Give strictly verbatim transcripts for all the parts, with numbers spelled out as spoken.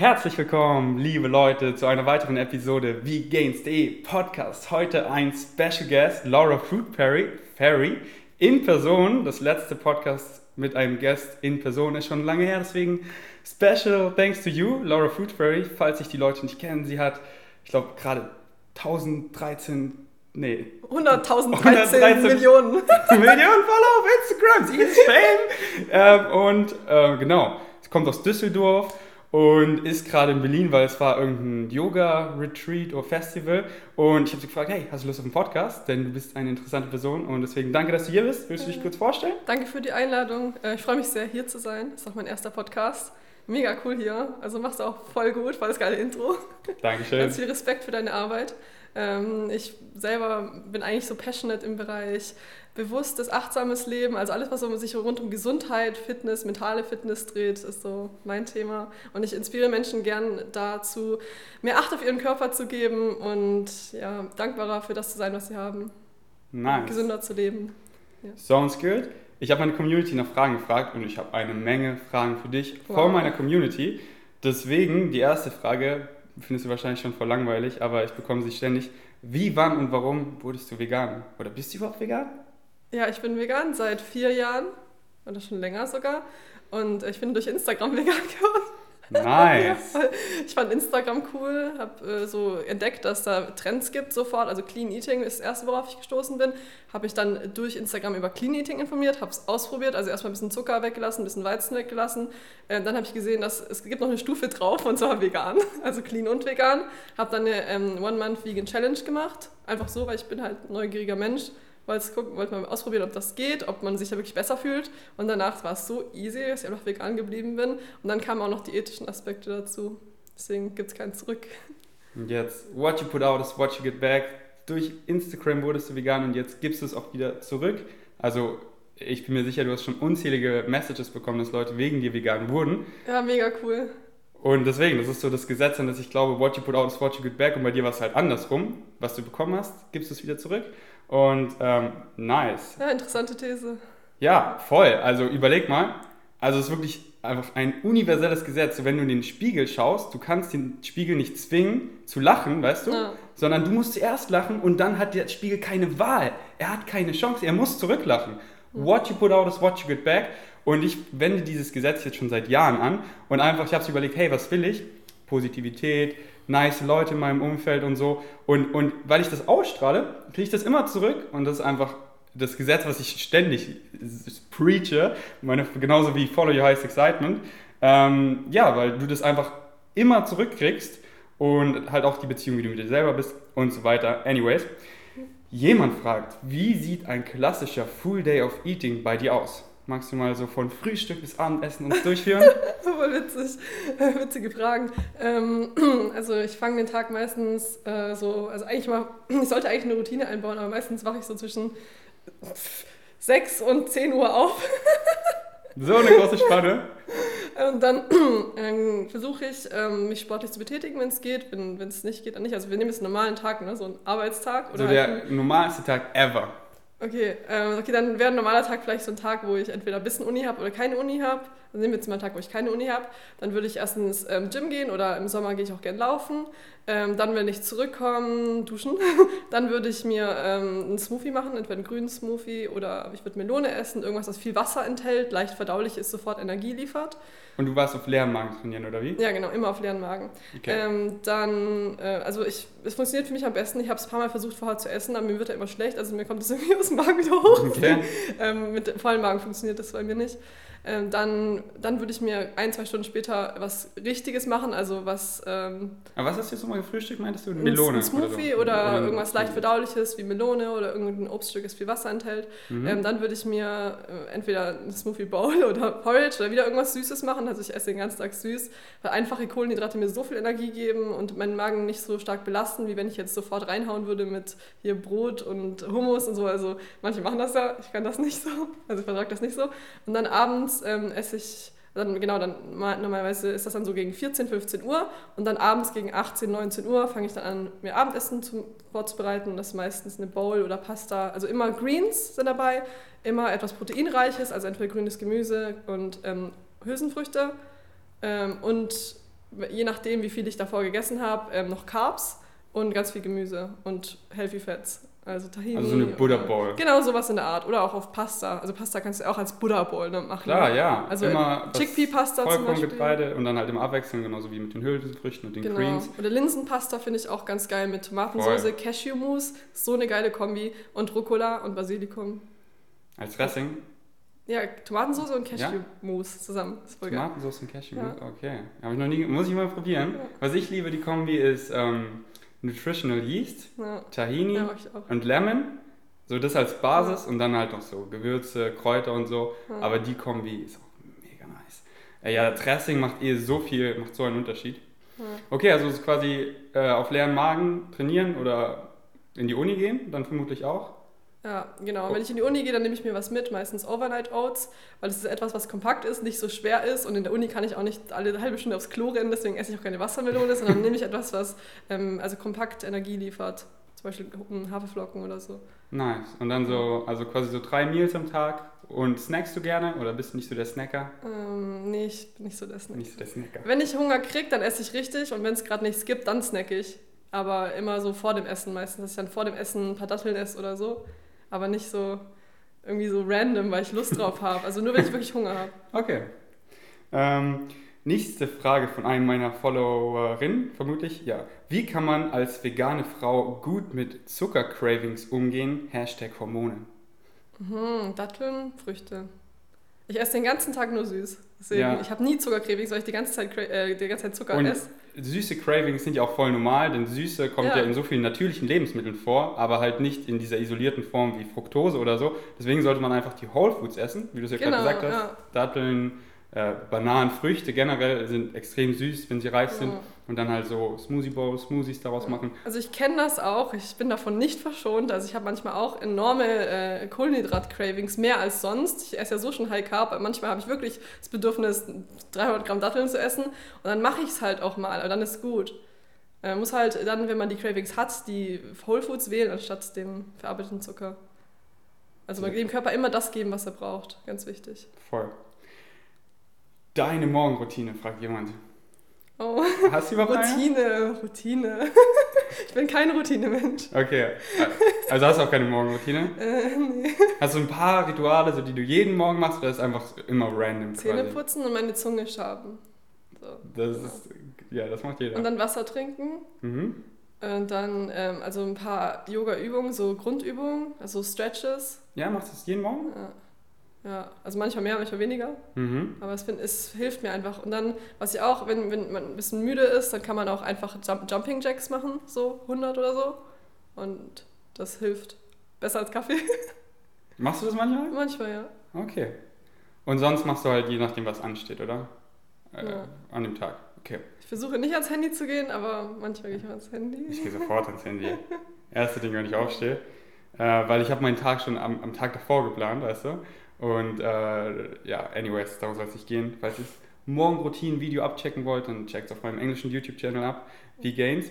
Herzlich willkommen, liebe Leute, zu einer weiteren Episode Wie Gains.de Podcast. Heute ein Special Guest, Laura Fruitberry Ferry, in Person. Das letzte Podcast mit einem Guest in Person ist schon lange her, deswegen special thanks to you, Laura Fruitberry. Falls sich die Leute nicht kennen, sie hat, ich glaube, gerade tausenddreizehn, nee, hunderttausenddreizehn Millionen. Millionen Follower auf Instagram, sie ist Fame. ähm, und äh, genau, sie kommt aus Düsseldorf und ist gerade in Berlin, weil es war irgendein Yoga-Retreat oder Festival. Und ich habe sie gefragt, hey, hast du Lust auf einen Podcast? Denn du bist eine interessante Person und deswegen danke, dass du hier bist. Willst du dich kurz vorstellen? Danke für die Einladung. Ich freue mich sehr, hier zu sein. Das ist auch mein erster Podcast. Mega cool hier. Also machst du auch voll gut, voll das geile Intro. Dankeschön. Ganz viel Respekt für deine Arbeit. Ich selber bin eigentlich so passionate im Bereich bewusstes, achtsames Leben, also alles, was sich rund um Gesundheit, Fitness, mentale Fitness dreht, ist so mein Thema. Und ich inspiriere Menschen gern dazu, mehr Acht auf ihren Körper zu geben und ja, dankbarer für das zu sein, was sie haben. Nice. Gesünder zu leben. Ja. Sounds good. Ich habe meine Community nach Fragen gefragt und ich habe eine Menge Fragen für dich wow. von meiner Community. Deswegen die erste Frage, findest du wahrscheinlich schon voll langweilig, aber ich bekomme sie ständig. Wie, wann und warum wurdest du vegan? Oder bist du überhaupt vegan? Ja, ich bin vegan seit vier Jahren oder schon länger sogar und ich bin durch Instagram vegan geworden. Nice! Ja, ich fand Instagram cool, habe äh, so entdeckt, dass da Trends gibt sofort, also Clean Eating ist das erste, worauf ich gestoßen bin. Habe ich dann durch Instagram über Clean Eating informiert, habe es ausprobiert, also erstmal ein bisschen Zucker weggelassen, ein bisschen Weizen weggelassen. Äh, dann habe ich gesehen, dass es gibt noch eine Stufe drauf und zwar vegan, also clean und vegan. Habe dann eine ähm, One-Month-Vegan-Challenge gemacht, einfach so, weil ich bin halt ein neugieriger Mensch. Wollte gucken, wollte mal ausprobieren, ob das geht, ob man sich da wirklich besser fühlt. Und danach war es so easy, dass ich einfach vegan geblieben bin. Und dann kamen auch noch die ethischen Aspekte dazu. Deswegen gibt es kein Zurück. Und jetzt, what you put out is what you get back. Durch Instagram wurdest du vegan und jetzt gibst du es auch wieder zurück. Also ich bin mir sicher, du hast schon unzählige Messages bekommen, dass Leute wegen dir vegan wurden. Ja, mega cool. Und deswegen, das ist so das Gesetz, an das ich glaube, what you put out is what you get back. Und bei dir war es halt andersrum. Was du bekommen hast, gibst du es wieder zurück. Und ähm, nice. Ja, interessante These. Ja, voll. Also überleg mal. Also es ist wirklich einfach ein universelles Gesetz. So, wenn du in den Spiegel schaust, du kannst den Spiegel nicht zwingen zu lachen, weißt du? Ja. Sondern du musst zuerst lachen und dann hat der Spiegel keine Wahl. Er hat keine Chance, er muss zurücklachen. Mhm. What you put out is what you get back. Und ich wende dieses Gesetz jetzt schon seit Jahren an. Und einfach, ich habe so überlegt, hey, was will ich? Positivität, nice Leute in meinem Umfeld und so. Und, und weil ich das ausstrahle, kriege ich das immer zurück. Und das ist einfach das Gesetz, was ich ständig preache, meine, genauso wie Follow Your Highest Excitement. Ähm, ja, weil du das einfach immer zurückkriegst und halt auch die Beziehung, wie du mit dir selber bist und so weiter. Anyways, jemand fragt, wie sieht ein klassischer Full Day of Eating bei dir aus? Magst du mal so von Frühstück bis Abendessen uns durchführen? Voll witzig. Witzige Fragen. Ähm, also ich fange den Tag meistens äh, so, also eigentlich mal, ich sollte eigentlich eine Routine einbauen, aber meistens wache ich so zwischen sechs und zehn Uhr auf. So eine große Spanne. Und dann ähm, versuche ich, ähm, mich sportlich zu betätigen, wenn es geht. Wenn es nicht geht, dann nicht. Also wir nehmen jetzt einen normalen Tag, ne? So einen Arbeitstag. Oder so der halt normalste Tag ever. Okay, ähm, okay, dann wäre ein normaler Tag vielleicht so ein Tag, wo ich entweder ein bisschen Uni habe oder keine Uni habe. Dann nehmen wir jetzt mal einen Tag, wo ich keine Uni habe. Dann würde ich erstens ähm, Gym gehen oder im Sommer gehe ich auch gern laufen. Ähm, dann, wenn ich zurückkomme, duschen. Dann würde ich mir ähm, einen Smoothie machen, entweder einen grünen Smoothie oder ich würde Melone essen. Irgendwas, das viel Wasser enthält, leicht verdaulich ist, sofort Energie liefert. Und du warst auf leeren Magen trainieren, oder wie? Ja, genau, immer auf leeren Magen. Okay. Ähm, dann, äh, also ich, es funktioniert für mich am besten. Ich habe es ein paar Mal versucht vorher zu essen, aber mir wird ja immer schlecht. Also mir kommt das irgendwie aus dem Magen wieder hoch. Okay. ähm, mit vollen Magen funktioniert das bei mir nicht. Ähm, dann, dann würde ich mir ein, zwei Stunden später was Richtiges machen, also was... Ähm, aber was hast du jetzt nochmal gefrühstückt, meintest du? Melone? Ein Smoothie oder, so. oder, oder irgendwas leicht Verdauliches wie Melone oder irgendein Obststück, das viel Wasser enthält. Mhm. Ähm, dann würde ich mir äh, entweder ein Smoothie Bowl oder Porridge oder wieder irgendwas Süßes machen, also ich esse den ganzen Tag süß, weil einfache Kohlenhydrate mir so viel Energie geben und meinen Magen nicht so stark belasten, wie wenn ich jetzt sofort reinhauen würde mit hier Brot und Hummus und so. Also manche machen das ja, ich kann das nicht so, also ich vertrage das nicht so. Und dann abends Ähm, esse ich, dann, genau, dann normalerweise ist das dann so gegen vierzehn, fünfzehn Uhr und dann abends gegen achtzehn, neunzehn Uhr fange ich dann an, mir Abendessen zu, vorzubereiten. Das ist meistens eine Bowl oder Pasta, also immer Greens sind dabei, immer etwas Proteinreiches, also entweder grünes Gemüse und ähm, Hülsenfrüchte ähm, und je nachdem, wie viel ich davor gegessen habe, ähm, noch Carbs und ganz viel Gemüse und Healthy Fats. Also Tahini. Also so eine Buddha Bowl. Genau, sowas in der Art. Oder auch auf Pasta. Also Pasta kannst du auch als Buddha Bowl machen. Klar, ja. Also immer Chickpea-Pasta zum Beispiel. Vollkorngetreide und dann halt immer abwechseln, genauso wie mit den Hülsenfrüchten und den genau. Greens. Oder Linsenpasta finde ich auch ganz geil mit Tomatensauce, Cashewmus. So eine geile Kombi. Und Rucola und Basilikum. Als Dressing? Ja, Tomatensauce und Cashewmus ja? zusammen. Das ist voll Tomatensauce geil. Und Cashewmus, ja. Okay. Habe ich noch nie, muss ich mal probieren. Ja. Was ich liebe, die Kombi ist ähm, Nutritional Yeast, ja. Tahini ja, und Lemon. So das als Basis ja. und dann halt noch so Gewürze, Kräuter und so. Ja. Aber die Kombi ist auch mega nice. Äh, ja, Dressing macht eh so viel, macht so einen Unterschied. Ja. Okay, also es ist quasi äh, auf leeren Magen trainieren oder in die Uni gehen, dann vermutlich auch. Ja, genau. Und wenn ich in die Uni gehe, dann nehme ich mir was mit, meistens Overnight Oats, weil es ist etwas, was kompakt ist, nicht so schwer ist und in der Uni kann ich auch nicht alle halbe Stunde aufs Klo rennen, deswegen esse ich auch keine Wassermelone, sondern nehme ich etwas, was ähm, also kompakt Energie liefert. Zum Beispiel Haferflocken oder so. Nice. Und dann so, also quasi so drei Meals am Tag. Und snackst du gerne oder bist du nicht so der Snacker? Ähm, nee, ich bin nicht so der Snacker. Nicht so der Snacker. Wenn ich Hunger kriege, dann esse ich richtig und wenn es gerade nichts gibt, dann snacke ich. Aber immer so vor dem Essen meistens, dass ich dann vor dem Essen ein paar Datteln esse oder so. Aber nicht so irgendwie so random, weil ich Lust drauf habe. Also nur, wenn ich wirklich Hunger habe. Okay. Ähm... Nächste Frage von einem meiner Followerinnen, vermutlich. Ja. Wie kann man als vegane Frau gut mit Zuckercravings umgehen? Hashtag Hormone. Mhm, Datteln, Früchte. Ich esse den ganzen Tag nur süß. Deswegen, ja. Ich habe nie Zuckercravings, weil ich die ganze Zeit, äh, die ganze Zeit Zucker und esse. Süße Cravings sind ja auch voll normal, denn Süße kommt ja. ja in so vielen natürlichen Lebensmitteln vor, aber halt nicht in dieser isolierten Form wie Fructose oder so. Deswegen sollte man einfach die Whole Foods essen, wie du es ja genau, gerade gesagt hast. Ja. Datteln, Äh, Bananen, Früchte generell sind extrem süß, wenn sie reif ja. sind und dann halt so Smoothie Bowls, Smoothies daraus ja. machen. Also ich kenne das auch, ich bin davon nicht verschont, also ich habe manchmal auch enorme äh, Kohlenhydrat-Cravings, mehr als sonst. Ich esse ja so schon High Carb, aber manchmal habe ich wirklich das Bedürfnis, dreihundert Gramm Datteln zu essen und dann mache ich es halt auch mal, aber dann ist gut. Man äh, muss halt dann, wenn man die Cravings hat, die Whole Foods wählen, anstatt dem verarbeiteten Zucker. Also man dem Körper immer das geben, was er braucht, ganz wichtig. Voll. Deine Morgenroutine, fragt jemand. Oh, hast du überhaupt Routine, eine? Routine. Ich bin kein Routine-Mensch. Okay, also hast du auch keine Morgenroutine? Äh, nee. Hast du ein paar Rituale, so, die du jeden Morgen machst, oder ist es einfach immer random? Zähne quasi? Putzen und meine Zunge schaben. So, das genau. ist, ja, das macht jeder. Und dann Wasser trinken. Mhm. Und dann ähm, also ein paar Yoga-Übungen, so Grundübungen, also Stretches. Ja, machst du das jeden Morgen? Ja. Ja, also manchmal mehr, manchmal weniger, mhm. aber es, find, es hilft mir einfach. Und dann, was ich auch, wenn, wenn man ein bisschen müde ist, dann kann man auch einfach Jump, Jumping Jacks machen, so hundert oder so. Und das hilft besser als Kaffee. Machst du das manchmal? Manchmal, ja. Okay. Und sonst machst du halt je nachdem, was ansteht, oder? Äh, ja. An dem Tag, okay. Ich versuche nicht ans Handy zu gehen, aber manchmal gehe ich auch ans Handy. Ich gehe sofort ans Handy. Erste Ding, wenn ich aufstehe. Äh, weil ich habe meinen Tag schon am, am Tag davor geplant, weißt du? Und äh, ja, anyways, darum soll es nicht gehen. Falls ihr das Morgenroutinen-Video abchecken wollt, dann checkt es auf meinem englischen YouTube-Channel ab, V-Gains.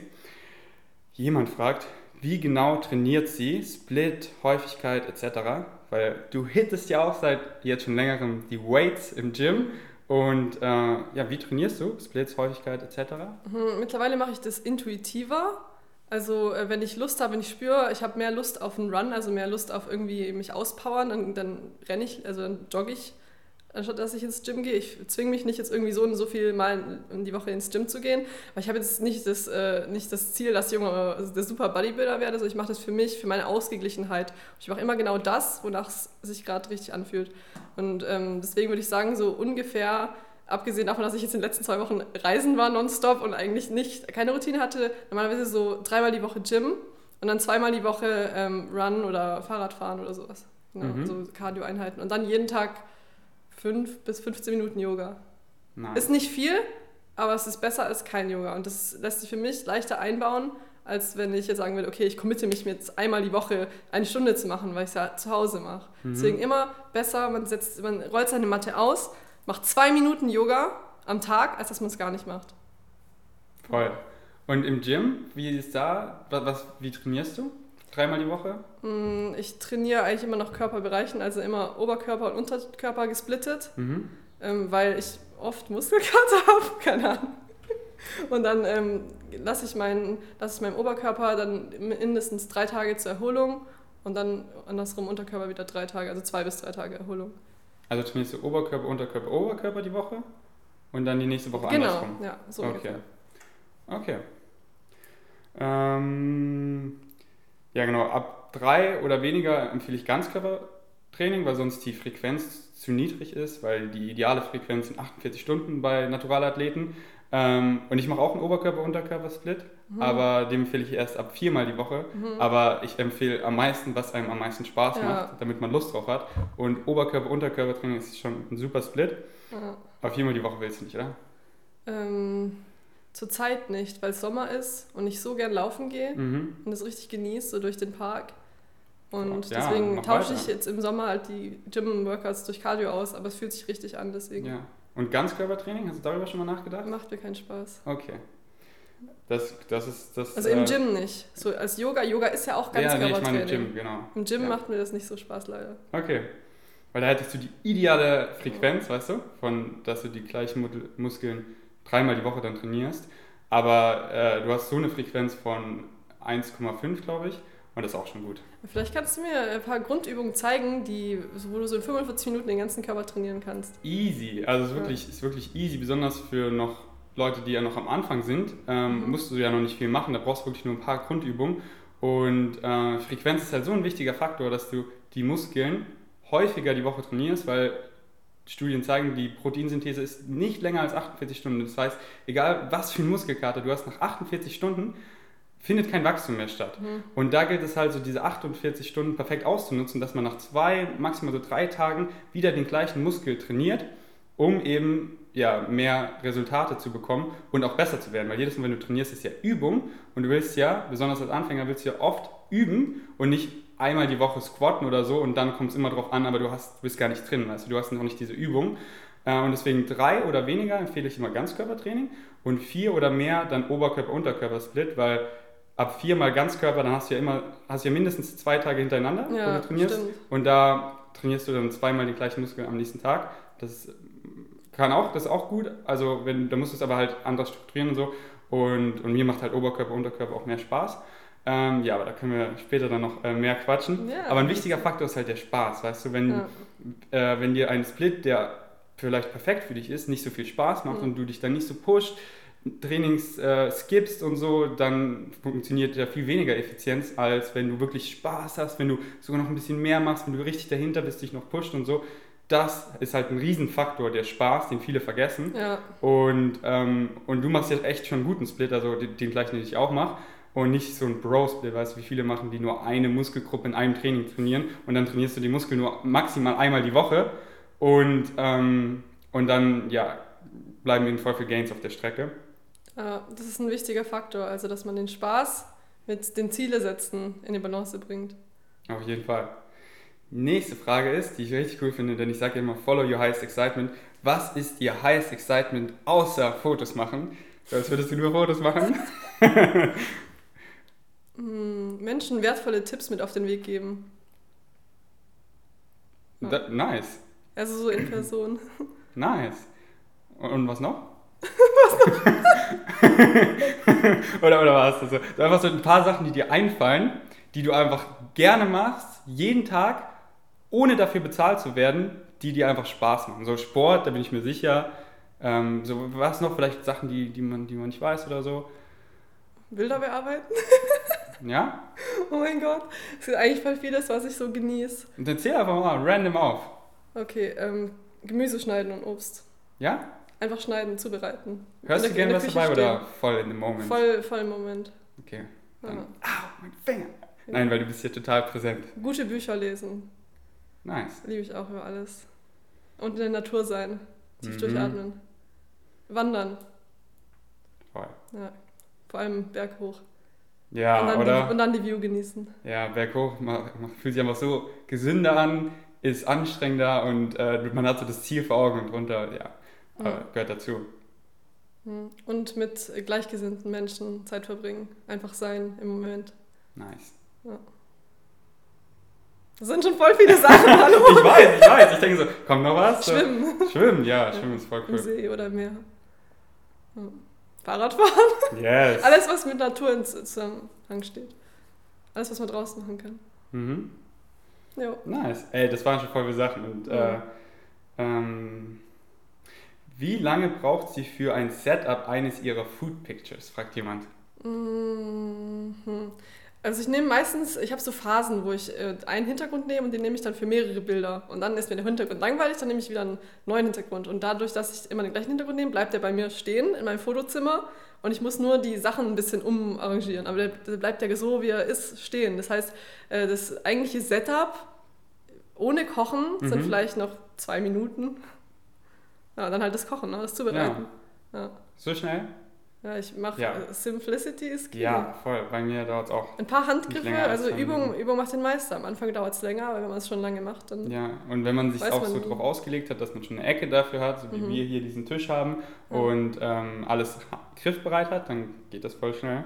Jemand fragt, wie genau trainiert sie, Split, Häufigkeit et cetera. Weil du hittest ja auch seit jetzt schon längerem die Weights im Gym. Und äh, ja, wie trainierst du, Splits, Häufigkeit et cetera? Mittlerweile mache ich das intuitiver. Also äh, wenn ich Lust habe, wenn ich spüre, ich habe mehr Lust auf einen Run, also mehr Lust auf irgendwie mich auspowern, dann, dann renne ich, also dann jogge ich, anstatt dass ich ins Gym gehe. Ich zwinge mich nicht jetzt irgendwie so und so viel Mal in die Woche ins Gym zu gehen, weil ich habe jetzt nicht das, äh, nicht das Ziel, dass ich irgendwann also der super Bodybuilder werde, also ich mache das für mich, für meine Ausgeglichenheit. Ich mache immer genau das, wonach es sich gerade richtig anfühlt. Und ähm, deswegen würde ich sagen, so ungefähr, abgesehen davon, dass ich jetzt in den letzten zwei Wochen reisen war nonstop und eigentlich nicht, keine Routine hatte, normalerweise so dreimal die Woche Gym und dann zweimal die Woche ähm, Run oder Fahrradfahren oder sowas. Genau, mhm. So Cardio-Einheiten. Und dann jeden Tag fünf bis fünfzehn Minuten Yoga. Nice. Ist nicht viel, aber es ist besser als kein Yoga. Und das lässt sich für mich leichter einbauen, als wenn ich jetzt sagen würde, okay, ich committe mich jetzt einmal die Woche eine Stunde zu machen, weil ich es ja zu Hause mache. Mhm. Deswegen immer besser, man, setzt, man rollt seine Matte aus, macht zwei Minuten Yoga am Tag, als dass man es gar nicht macht. Voll. Und im Gym, wie ist da, was, was, wie trainierst du? Dreimal die Woche? Ich trainiere eigentlich immer nach Körperbereichen, also immer Oberkörper und Unterkörper gesplittet, mhm. ähm, weil ich oft Muskelkater habe, keine Ahnung. Und dann ähm, lasse ich, mein, lass ich meinen Oberkörper dann mindestens drei Tage zur Erholung und dann andersrum Unterkörper wieder drei Tage, also zwei bis drei Tage Erholung. Also trainierst du Oberkörper, Unterkörper, Oberkörper die Woche und dann die nächste Woche genau, andersrum? Genau, ja, so okay. ungefähr. Okay. Ähm, ja genau, ab drei oder weniger empfehle ich Ganzkörpertraining, weil sonst die Frequenz zu niedrig ist, weil die ideale Frequenz sind achtundvierzig Stunden bei Naturalathleten. Ähm, und ich mache auch einen Oberkörper-Unterkörper-Split, mhm. aber dem empfehle ich erst ab viermal die Woche. Mhm. Aber ich empfehle am meisten, was einem am meisten Spaß ja. macht, damit man Lust drauf hat. Und Oberkörper-Unterkörper-Training ist schon ein super Split. Ja. Aber viermal die Woche willst du nicht, oder? Ähm, zurzeit nicht, weil es Sommer ist und ich so gern laufen gehe mhm. und es richtig genieße, so durch den Park. Und ja, deswegen tausche ich jetzt im Sommer halt die Gym-Workouts durch Cardio aus, aber es fühlt sich richtig an, deswegen. Ja. Und Ganzkörpertraining, hast du darüber schon mal nachgedacht? Macht mir keinen Spaß. Okay. Das, das ist das. Also im äh, Gym nicht. So als Yoga. Yoga ist ja auch Ganzkörpertraining. Ja, nee, ich meine im Gym, genau. Im Gym ja. macht mir das nicht so Spaß, leider. Okay. Weil da hättest du die ideale Frequenz, ja. weißt du, von, dass du die gleichen Muskeln dreimal die Woche dann trainierst. Aber äh, du hast so eine Frequenz von eins Komma fünf, glaube ich. Und das ist auch schon gut. Vielleicht kannst du mir ein paar Grundübungen zeigen, die, wo du so in fünfundvierzig Minuten den ganzen Körper trainieren kannst. Easy, also es ist wirklich, ja. ist wirklich easy, besonders für noch Leute, die ja noch am Anfang sind. Ähm, mhm. Musst du ja noch nicht viel machen, da brauchst du wirklich nur ein paar Grundübungen. Und äh, Frequenz ist halt so ein wichtiger Faktor, dass du die Muskeln häufiger die Woche trainierst, weil Studien zeigen, die Proteinsynthese ist nicht länger als achtundvierzig Stunden. Das heißt, egal was für ein Muskelkater du hast, nach achtundvierzig Stunden findet kein Wachstum mehr statt. Mhm. Und da gilt es halt so, diese achtundvierzig Stunden perfekt auszunutzen, dass man nach zwei, maximal so drei Tagen wieder den gleichen Muskel trainiert, um eben ja, mehr Resultate zu bekommen und auch besser zu werden. Weil jedes Mal, wenn du trainierst, ist ja Übung und du willst ja, besonders als Anfänger, willst du ja oft üben und nicht einmal die Woche squatten oder so und dann kommt es immer drauf an, aber du, hast, du bist gar nicht drin, weißt du, du hast noch nicht diese Übung. Und deswegen drei oder weniger empfehle ich immer Ganzkörpertraining und vier oder mehr dann Oberkörper-Unterkörper-Split, weil ab viermal Ganzkörper, dann hast du ja immer, hast du ja mindestens zwei Tage hintereinander, ja, wo du trainierst. Stimmt. Und da trainierst du dann zweimal den gleichen Muskel am nächsten Tag. Das kann auch, das ist auch gut. Also wenn, da musst du es aber halt anders strukturieren und so. Und, und mir macht halt Oberkörper, Unterkörper auch mehr Spaß. Ähm, ja, aber da können wir später dann noch äh, mehr quatschen. Ja, aber ein wichtiger Faktor ist halt der Spaß, weißt du, wenn, ja. äh, wenn dir ein Split, der vielleicht perfekt für dich ist, nicht so viel Spaß macht mhm. und du dich dann nicht so pusht, Trainings äh, skippst und so, dann funktioniert ja viel weniger Effizienz, als wenn du wirklich Spaß hast, wenn du sogar noch ein bisschen mehr machst, wenn du richtig dahinter bist, dich noch pusht und so. Das ist halt ein Riesenfaktor, der Spaß, den viele vergessen. Ja. Und, ähm, und du machst jetzt echt schon einen guten Split, also den, den gleichen, den ich auch mache. Und nicht so ein Bro-Split, weißt du, wie viele machen, die nur eine Muskelgruppe in einem Training trainieren und dann trainierst du die Muskeln nur maximal einmal die Woche und, ähm, und dann ja, bleiben ihnen voll viel Gains auf der Strecke. Das ist ein wichtiger Faktor, also dass man den Spaß mit den Ziele setzen in die Balance bringt. Auf jeden Fall. Nächste Frage ist, die ich richtig cool finde, denn ich sage ja immer, follow your highest excitement. Was ist ihr highest excitement außer Fotos machen? So, als würdest du nur Fotos machen? Menschen wertvolle Tipps mit auf den Weg geben. Ja. Da, nice. Also so in Person. Nice. Und was noch? Was noch? oder, oder was? Also, einfach so ein paar Sachen, die dir einfallen, die du einfach gerne machst, jeden Tag, ohne dafür bezahlt zu werden, die dir einfach Spaß machen. So Sport, da bin ich mir sicher. Ähm, so was noch? Vielleicht Sachen, die, die, man, die man nicht weiß oder so. Bilder bearbeiten? Ja? Oh mein Gott. Das ist eigentlich voll vieles, was ich so genieße. Und erzähl einfach mal random auf. Okay, ähm, Gemüse schneiden und Obst. Ja? Einfach schneiden, zubereiten. Hörst du gerne was dabei stehen. Oder voll in dem Moment? Voll, voll im Moment. Okay. Dann, ja. Au, mein Finger. Ja. Nein, weil du bist hier total präsent. Gute Bücher lesen. Nice. Liebe ich auch über alles. Und in der Natur sein. Tief mhm. durchatmen. Wandern. Voll. Ja. Vor allem berghoch. Ja, und dann oder? Die, und dann die View genießen. Ja, berghoch man, man fühlt sich einfach so gesünder an, ist anstrengender und äh, man hat so das Ziel vor Augen und drunter, ja, mhm. äh, gehört dazu. Und mit gleichgesinnten Menschen Zeit verbringen. Einfach sein im Moment. Nice. Ja. Das sind schon voll viele Sachen, hallo. Ich weiß, ich weiß. Ich denke so, kommt noch was? Schwimmen. Schwimmen, ja, Schwimmen ist voll cool. Im See oder Meer. Ja. Fahrradfahren. Yes. Alles, was mit Natur in Zusammenhang steht. Alles, was man draußen machen kann. Mhm. Jo. Nice. Ey, das waren schon voll viele Sachen. Und, ja. äh, ähm, wie lange braucht sie für ein Setup eines ihrer Food Pictures, fragt jemand. Mhm. Also ich nehme meistens, ich habe so Phasen, wo ich äh, einen Hintergrund nehme und den nehme ich dann für mehrere Bilder. Und dann ist mir der Hintergrund langweilig, dann nehme ich wieder einen neuen Hintergrund. Und dadurch, dass ich immer den gleichen Hintergrund nehme, bleibt der bei mir stehen in meinem Fotozimmer. Und ich muss nur die Sachen ein bisschen umarrangieren. Aber der, der bleibt ja so, wie er ist, stehen. Das heißt, äh, das eigentliche Setup ohne Kochen mhm. sind vielleicht noch zwei Minuten. Ja, dann halt das Kochen, ne? Das Zubereiten. Ja. Ja. So schnell? Ja, ich mache ja. Simplicity ist key. Ja, voll. Bei mir dauert es auch. Ein paar Handgriffe, also Übung, Übung macht den Meister. Am Anfang dauert es länger, aber wenn man es schon lange macht, dann. Ja, und wenn man sich auch man so drauf ausgelegt hat, dass man schon eine Ecke dafür hat, so wie mhm. wir hier diesen Tisch haben ja. und ähm, alles griffbereit hat, dann geht das voll schnell.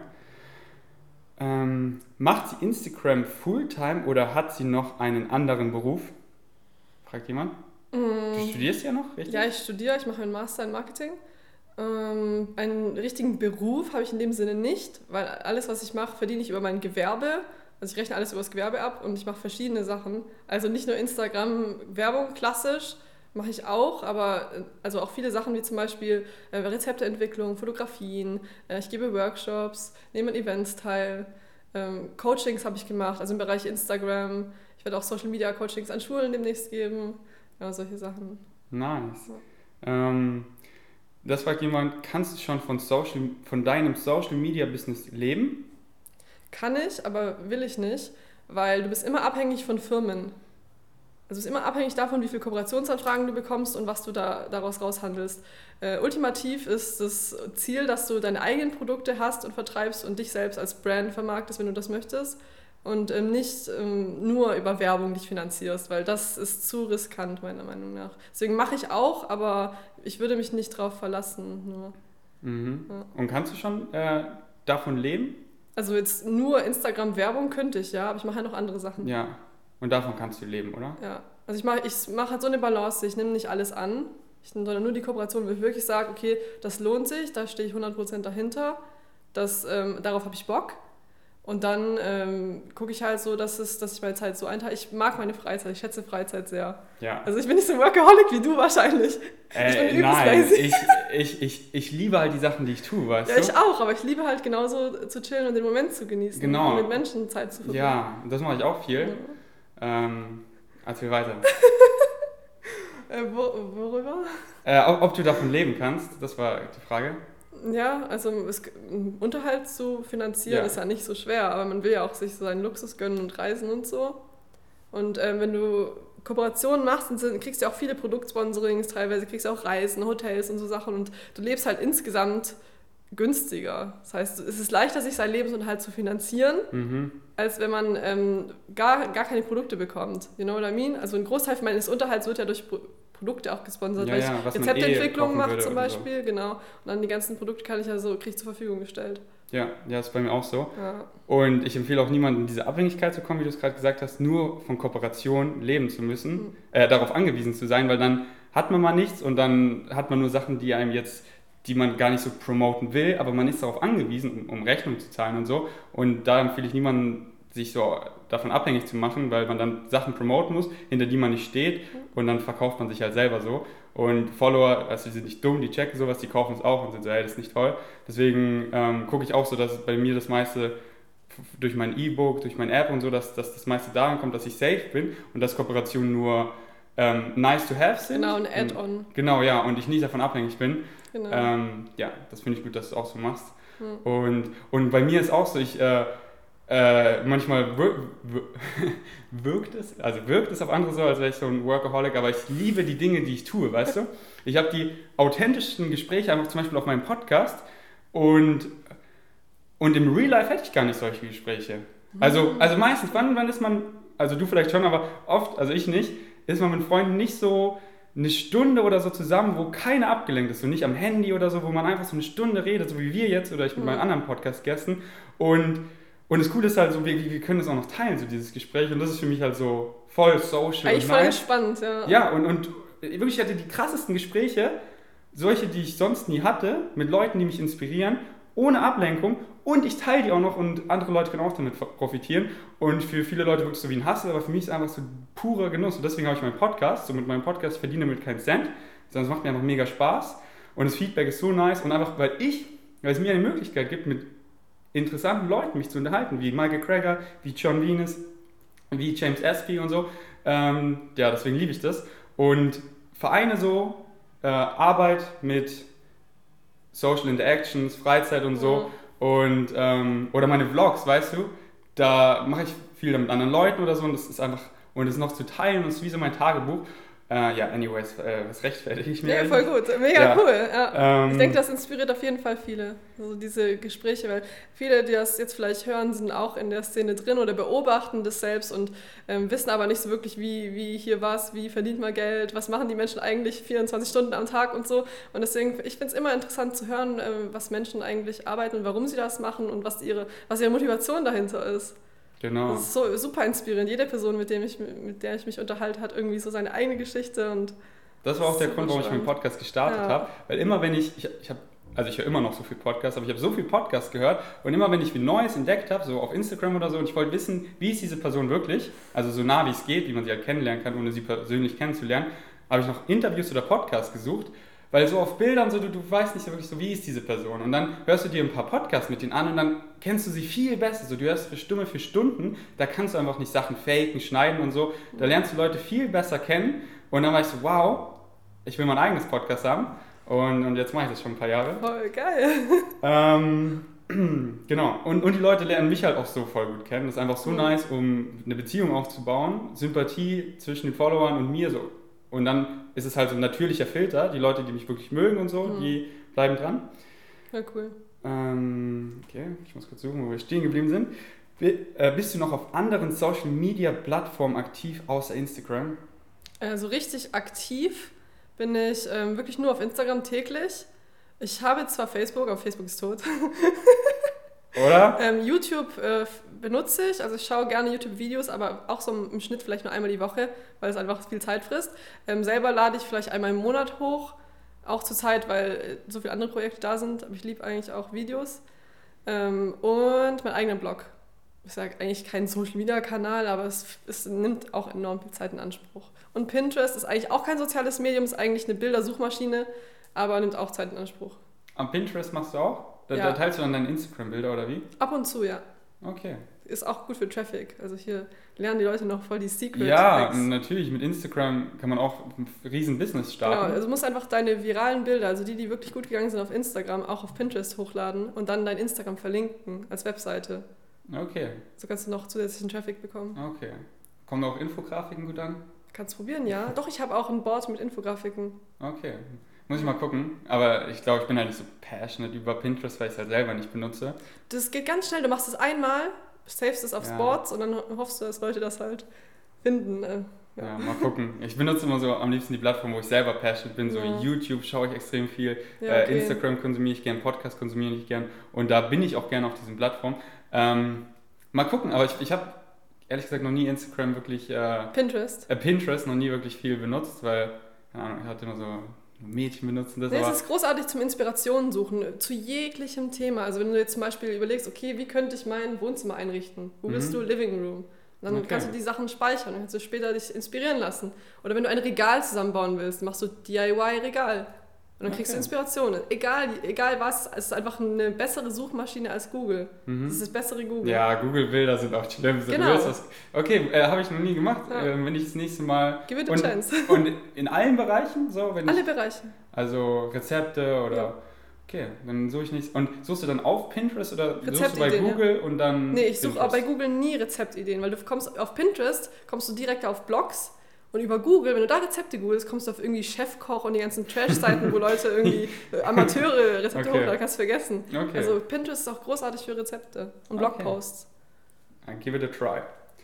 Ähm, macht sie Instagram Fulltime oder hat sie noch einen anderen Beruf? Fragt jemand. Mm. Du studierst ja noch, richtig? Ja, ich studiere, ich mache einen Master in Marketing. Ähm, einen richtigen Beruf habe ich in dem Sinne nicht, weil alles, was ich mache, verdiene ich über mein Gewerbe. Also ich rechne alles über das Gewerbe ab und ich mache verschiedene Sachen. Also nicht nur Instagram-Werbung, klassisch, mache ich auch, aber also auch viele Sachen wie zum Beispiel äh, Rezepteentwicklung, Fotografien, äh, ich gebe Workshops, nehme an Events teil, ähm, Coachings habe ich gemacht, also im Bereich Instagram. Ich werde auch Social-Media-Coachings an Schulen demnächst geben, ja, solche Sachen. Nice. Ja. Ähm, das fragt jemand, kannst du schon von, Social, von deinem Social-Media-Business leben? Kann ich, aber will ich nicht, weil du bist immer abhängig von Firmen. Also es ist immer abhängig davon, wie viele Kooperationsanfragen du bekommst und was du da, daraus raushandelst. Äh, ultimativ ist das Ziel, dass du deine eigenen Produkte hast und vertreibst und dich selbst als Brand vermarktest, wenn du das möchtest. Und ähm, nicht ähm, nur über Werbung dich finanzierst, weil das ist zu riskant, meiner Meinung nach. Deswegen mache ich auch, aber ich würde mich nicht drauf verlassen. Nur. Mhm. Ja. Und kannst du schon äh, davon leben? Also jetzt nur Instagram-Werbung könnte ich, ja, aber ich mache ja noch andere Sachen. Ja, und davon kannst du leben, oder? Ja, also ich mache ich mache halt so eine Balance, ich nehme nicht alles an, ich nehme nur die Kooperation, wo ich wirklich sage, okay, das lohnt sich, da stehe ich hundert Prozent dahinter, das, ähm, darauf habe ich Bock. Und dann ähm, gucke ich halt so, dass, es, dass ich meine Zeit so einteile. Ich mag meine Freizeit, ich schätze Freizeit sehr. Ja. Also ich bin nicht so Workaholic wie du wahrscheinlich. Äh, ich bin übelst nein, lazy. Ich, ich, ich, ich liebe halt die Sachen, die ich tue, weißt ja, du? Ja, ich auch, aber ich liebe halt genauso zu chillen und den Moment zu genießen. Genau. Und mit Menschen Zeit zu verbringen. Ja, das mache ich auch viel. Ja. Ähm, erzähl weiter. äh, wo, worüber? Äh, ob, ob du davon leben kannst, das war die Frage. Ja, also es, Unterhalt zu finanzieren ja. ist ja nicht so schwer, aber man will ja auch sich so seinen Luxus gönnen und reisen und so. Und ähm, wenn du Kooperationen machst, dann kriegst du auch viele Produktsponsorings, teilweise kriegst du auch Reisen, Hotels und so Sachen und du lebst halt insgesamt günstiger. Das heißt, es ist leichter, sich seinen Lebensunterhalt zu finanzieren, mhm. als wenn man ähm, gar, gar keine Produkte bekommt. You know what I mean? Also ein Großteil meines Unterhalts wird ja durch Pro- Produkte auch gesponsert, ja, weil ja, ich Rezeptentwicklung eh mache zum Beispiel, so. Genau. Und dann die ganzen Produkte kann ich ja so, kriege ich zur Verfügung gestellt. Ja, ja, ist bei mir auch so. Ja. Und ich empfehle auch niemandem, in diese Abhängigkeit zu kommen, wie du es gerade gesagt hast, nur von Kooperation leben zu müssen, mhm. äh, darauf angewiesen zu sein, weil dann hat man mal nichts und dann hat man nur Sachen, die einem jetzt, die man gar nicht so promoten will, aber man ist darauf angewiesen, um, um Rechnung zu zahlen und so. Und da empfehle ich niemandem, sich so davon abhängig zu machen, weil man dann Sachen promoten muss, hinter die man nicht steht und dann verkauft man sich halt selber so. Und Follower, also die sind nicht dumm, die checken sowas, die kaufen es auch und sind so, hey, das ist nicht toll. Deswegen ähm, gucke ich auch so, dass bei mir das meiste durch mein E-Book, durch meine App und so, dass, dass das meiste daran kommt, dass ich safe bin und dass Kooperationen nur ähm, nice to have sind. Genau, ein Add-on. Und, genau, ja, und ich nicht davon abhängig bin. Genau. Ähm, ja, das finde ich gut, dass du es auch so machst. Hm. Und, und bei mir ist auch so, ich... Äh, Äh, manchmal wir, wir, wirkt es, also wirkt es auf andere so, als wäre ich so ein Workaholic, aber ich liebe die Dinge, die ich tue, weißt du? Ich habe die authentischsten Gespräche einfach zum Beispiel auf meinem Podcast und, und im Real Life hätte ich gar nicht solche Gespräche. Also, also meistens, wann, wann ist man, also du vielleicht schon, aber oft, also ich nicht, ist man mit Freunden nicht so eine Stunde oder so zusammen, wo keiner abgelenkt ist, so nicht am Handy oder so, wo man einfach so eine Stunde redet, so wie wir jetzt oder ich mit meinen anderen Podcast-Gästen und Und das Coole ist halt so, wir, wir können das auch noch teilen, so dieses Gespräch. Und das ist für mich halt so voll social. Eigentlich voll nice. Spannend, ja. Ja, und, und wirklich, ich hatte die krassesten Gespräche. solche, die ich sonst nie hatte, mit Leuten, die mich inspirieren, ohne Ablenkung und ich teile die auch noch und andere Leute können auch damit profitieren und für viele Leute wirklich so wie ein Hassel, aber für mich ist es einfach so purer Genuss und deswegen habe ich meinen Podcast, so mit meinem Podcast verdiene ich damit keinen Cent, sondern es macht mir einfach mega Spaß und das Feedback ist so nice und einfach, weil ich, weil es mir eine Möglichkeit gibt, mit interessanten Leuten mich zu unterhalten, wie Michael Greger, wie John Venus, wie James Espy und so, ähm, ja, deswegen liebe ich das und vereine so äh, Arbeit mit Social Interactions, Freizeit und so mhm. und ähm, oder meine Vlogs, weißt du, da mache ich viel mit anderen Leuten oder so und das ist einfach, und das noch zu teilen und es ist wie so mein Tagebuch. Äh, ja, anyways, äh, was rechtfertige ich mir? Ja, voll gut, mega ja. cool. Ja. Ähm, ich denke, das inspiriert auf jeden Fall viele, also diese Gespräche, weil viele, die das jetzt vielleicht hören, sind auch in der Szene drin oder beobachten das selbst und ähm, wissen aber nicht so wirklich, wie, wie hier was, wie verdient man Geld, was machen die Menschen eigentlich vierundzwanzig Stunden am Tag und so. Und deswegen, ich finde es immer interessant zu hören, äh, was Menschen eigentlich arbeiten und warum sie das machen und was ihre, was ihre Motivation dahinter ist. Genau. Das ist so super inspirierend. Jede Person, mit, dem ich, mit der ich mich unterhalte, hat irgendwie so seine eigene Geschichte. Und das war auch der Grund, warum ich meinen Podcast gestartet ja. habe. Weil immer wenn ich, ich, ich habe, also ich höre immer noch so viel Podcasts, aber ich habe so viel Podcasts gehört und immer wenn ich wie Neues entdeckt habe, so auf Instagram oder so, und ich wollte wissen, wie ist diese Person wirklich, also so nah wie es geht, wie man sie halt kennenlernen kann, ohne sie persönlich kennenzulernen, habe ich noch Interviews oder Podcasts gesucht. Weil so auf Bildern, so, du, du weißt nicht so wirklich so, wie ist diese Person. Und dann hörst du dir ein paar Podcasts mit denen an und dann kennst du sie viel besser. So, du hörst ihre Stimme für Stunden, da kannst du einfach nicht Sachen faken, schneiden und so. Da lernst du Leute viel besser kennen. Und dann war ich so, wow, ich will mein eigenes Podcast haben. Und, und jetzt mache ich das schon ein paar Jahre. Voll geil. Ähm, genau. Und, und die Leute lernen mich halt auch so voll gut kennen. Das ist einfach so mhm. nice, um eine Beziehung aufzubauen. Sympathie zwischen den Followern und mir so. Und dann ist es halt so ein natürlicher Filter. Die Leute, die mich wirklich mögen und so, mhm. die bleiben dran. Ja, cool. Ähm, okay, ich muss kurz suchen, wo wir stehen geblieben sind. Bist du noch auf anderen Social-Media-Plattformen aktiv, außer Instagram? Also richtig aktiv bin ich ähm, wirklich nur auf Instagram täglich. Ich habe zwar Facebook, aber Facebook ist tot. Oder? Ähm, YouTube äh, benutze ich, also ich schaue gerne YouTube-Videos, aber auch so im Schnitt vielleicht nur einmal die Woche, weil es einfach viel Zeit frisst. Ähm, selber lade ich vielleicht einmal im Monat hoch, auch zur Zeit, weil so viele andere Projekte da sind, aber ich liebe eigentlich auch Videos. Ähm, und mein eigener Blog. Ich sage eigentlich kein Social-Media-Kanal, aber es, es nimmt auch enorm viel Zeit in Anspruch. Und Pinterest ist eigentlich auch kein soziales Medium, ist eigentlich eine Bildersuchmaschine, aber nimmt auch Zeit in Anspruch. Am Pinterest machst du auch? Da, ja. da teilst du dann deine Instagram-Bilder, oder wie? Ab und zu, ja. Okay. Ist auch gut für Traffic. Also hier lernen die Leute noch voll die Secrets. Ja, natürlich. Mit Instagram kann man auch ein riesen Business starten. Genau, also du musst einfach deine viralen Bilder, also die, die wirklich gut gegangen sind auf Instagram, auch auf Pinterest hochladen und dann dein Instagram verlinken als Webseite. Okay. So kannst du noch zusätzlichen Traffic bekommen. Okay. Kommen auch Infografiken gut an? Kannst probieren, ja. Doch, ich habe auch ein Board mit Infografiken. Okay. Muss ich mal gucken, aber ich glaube, ich bin halt nicht so passionate über Pinterest, weil ich es halt selber nicht benutze. Das geht ganz schnell, du machst es einmal, savest es aufs ja. Board und dann hoffst du, dass Leute das halt finden. Ja. ja, mal gucken. Ich benutze immer so am liebsten die Plattform, wo ich selber passionate bin, so ja. YouTube schaue ich extrem viel, ja, okay. äh, Instagram konsumiere ich gern, Podcast konsumiere ich gern und da bin ich auch gern auf diesen Plattformen. Ähm, mal gucken, aber ich, ich habe ehrlich gesagt noch nie Instagram wirklich... Äh, Pinterest? Äh, Pinterest noch nie wirklich viel benutzt, weil, keine Ahnung, ich hatte immer so... Mädchen benutzen das. Nee, aber es ist großartig zum Inspirationen suchen, zu jeglichem Thema. Also wenn du jetzt zum Beispiel überlegst, okay, wie könnte ich mein Wohnzimmer einrichten? Googlest mhm. du Living Room? Und dann okay. kannst du die Sachen speichern und kannst du später dich inspirieren lassen. Oder wenn du ein Regal zusammenbauen willst, machst du D I Y-Regal. Und dann kriegst okay. du Inspirationen. Egal, egal was, es ist einfach eine bessere Suchmaschine als Google. Mhm. Das ist das bessere Google. Ja, Google-Bilder sind auch schlimm. So, genau. Was, okay, äh, habe ich noch nie gemacht. Ja. Äh, wenn ich das nächste Mal... Give it a chance. Und in allen Bereichen? So, wenn Alle ich, Bereiche. Also Rezepte oder... Ja. Okay, dann suche ich nichts. Und suchst du dann auf Pinterest oder suchst du bei Google ja. und dann... Nee, ich suche bei Google nie Rezeptideen, weil du kommst auf Pinterest, kommst du direkt auf Blogs. Und über Google, wenn du da Rezepte googelst, kommst du auf irgendwie Chefkoch und die ganzen Trash-Seiten, wo Leute irgendwie Amateure Rezepte okay. hochladen, kannst du vergessen. Okay. Also Pinterest ist auch großartig für Rezepte und Blogposts. Okay. Give it a try.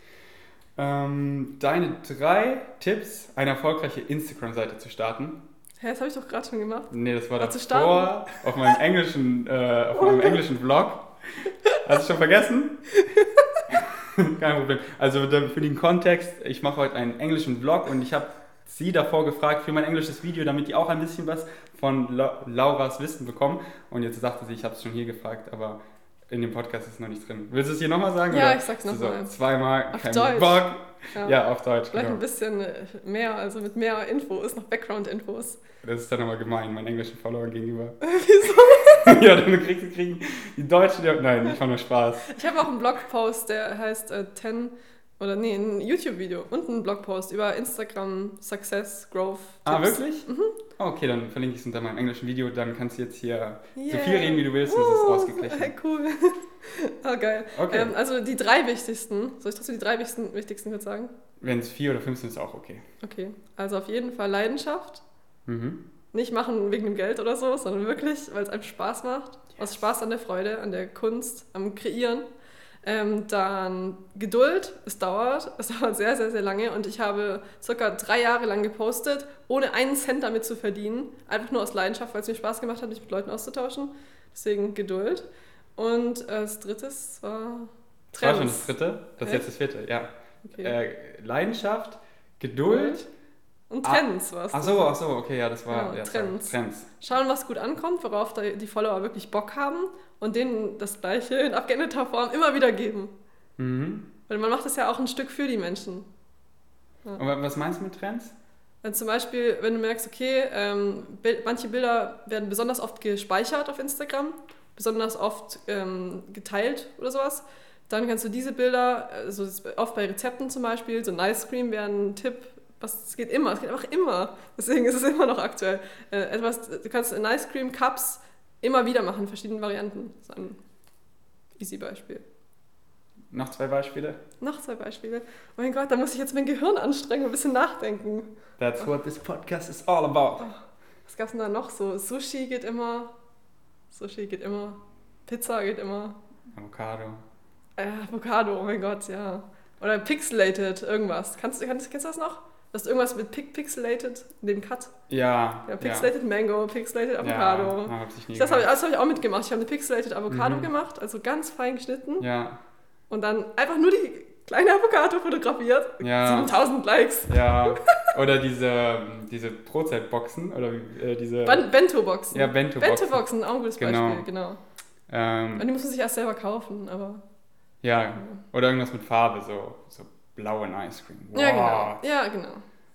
Ähm, deine drei Tipps, eine erfolgreiche Instagram-Seite zu starten. Hä, das habe ich doch gerade schon gemacht. Nee, das war davor auf meinem englischen, äh, auf meinem englischen Blog. Hast du schon vergessen? Kein Problem. Also für den Kontext, ich mache heute einen englischen Vlog und ich habe sie davor gefragt für mein englisches Video, damit die auch ein bisschen was von La- Lauras Wissen bekommen. Und jetzt sagte sie, ich habe es schon hier gefragt, aber in dem Podcast ist es noch nicht drin. Willst du es hier nochmal sagen? Ja, oder? ich sag's So, nochmal. zweimal, Auf kein Deutsch. Bock. Ja. Ja, auf Deutsch, Vielleicht genau. ein bisschen mehr, also mit mehr Infos, noch Background-Infos. Das ist dann aber gemein, meinen englischen Followern gegenüber. Wieso? Ja, dann kriegen, kriegen die Deutschen, die, nein, ich fand nur Spaß. Ich habe auch einen Blogpost, der heißt äh, zehn, oder nee, ein YouTube-Video und einen Blogpost über Instagram Success, Growth, Tipps. Ah, wirklich? Mhm. Oh, okay, dann verlinke ich es unter meinem englischen Video, dann kannst du jetzt hier Yeah. so viel reden, wie du willst, und es ist Uh, ausgeglichen. Hey, cool. Ah, geil. Okay. Ähm, also die drei wichtigsten, soll ich trotzdem die drei wichtigsten, wichtigsten kurz sagen? Wenn es vier oder fünf sind, ist auch okay. Okay, also auf jeden Fall Leidenschaft. Mhm. Nicht machen wegen dem Geld oder so, sondern wirklich, weil es einem Spaß macht. Yes. Aus Spaß an der Freude, an der Kunst, am Kreieren. Ähm, dann Geduld, es dauert, es dauert sehr, sehr, sehr lange und ich habe circa drei Jahre lang gepostet, ohne einen Cent damit zu verdienen, einfach nur aus Leidenschaft, weil es mir Spaß gemacht hat, mich mit Leuten auszutauschen. Deswegen Geduld. Und äh, das dritte war Trends. Das war schon das dritte, das ist Echt? jetzt das vierte, ja. Okay. Äh, Leidenschaft, Geduld. Und Trends war es. Ach so, ach so, okay, ja, das war Ja, ja, Trends. Trends. Schauen, was gut ankommt, worauf da die Follower wirklich Bock haben und denen das Gleiche in abgeänderter Form immer wieder geben. Mhm. Weil man macht das ja auch ein Stück für die Menschen. Ja. Und was meinst du mit Trends? Wenn zum Beispiel, wenn du merkst, okay, ähm, Bild, manche Bilder werden besonders oft gespeichert auf Instagram, besonders oft ähm, geteilt oder sowas, dann kannst du diese Bilder, also oft bei Rezepten zum Beispiel, so ein Ice Cream wäre ein Tipp, was, es geht immer, es geht einfach immer, deswegen ist es immer noch aktuell. Äh, etwas, du kannst in Ice Cream Cups immer wieder machen, in verschiedenen Varianten. Das ist ein easy Beispiel. Noch zwei Beispiele? Noch zwei Beispiele. Oh mein Gott, da muss ich jetzt mein Gehirn anstrengen und ein bisschen nachdenken. That's what this podcast is all about. Oh, was gab's denn da noch so? Sushi geht immer. Sushi geht immer. Pizza geht immer. Avocado. Äh, Avocado, oh mein Gott, ja. Oder Pixelated, irgendwas. Kannst, kannst, kennst du das noch? Das ist irgendwas mit Pic Pixelated, in dem Cut. Ja. Ja, Pixelated ja. Mango, Pixelated Avocado. Ja, hab ich nie das habe ich, das hab ich auch mitgemacht. Ich habe eine Pixelated Avocado Mhm. gemacht, also ganz fein geschnitten. Ja. Und dann einfach nur die kleine Avocado fotografiert. Ja. siebentausend Likes. Ja. Oder diese, diese Brotzeitboxen oder äh, diese... Ben- Bento-Boxen. Ja, Bento-Boxen. Bento-Boxen, auch ein gutes Genau. Beispiel, genau. Ähm, Und die muss man sich erst selber kaufen, aber... ja. Oder irgendwas mit Farbe, so, so blauen Ice Cream. Wow. Ja, genau. Ja, genau.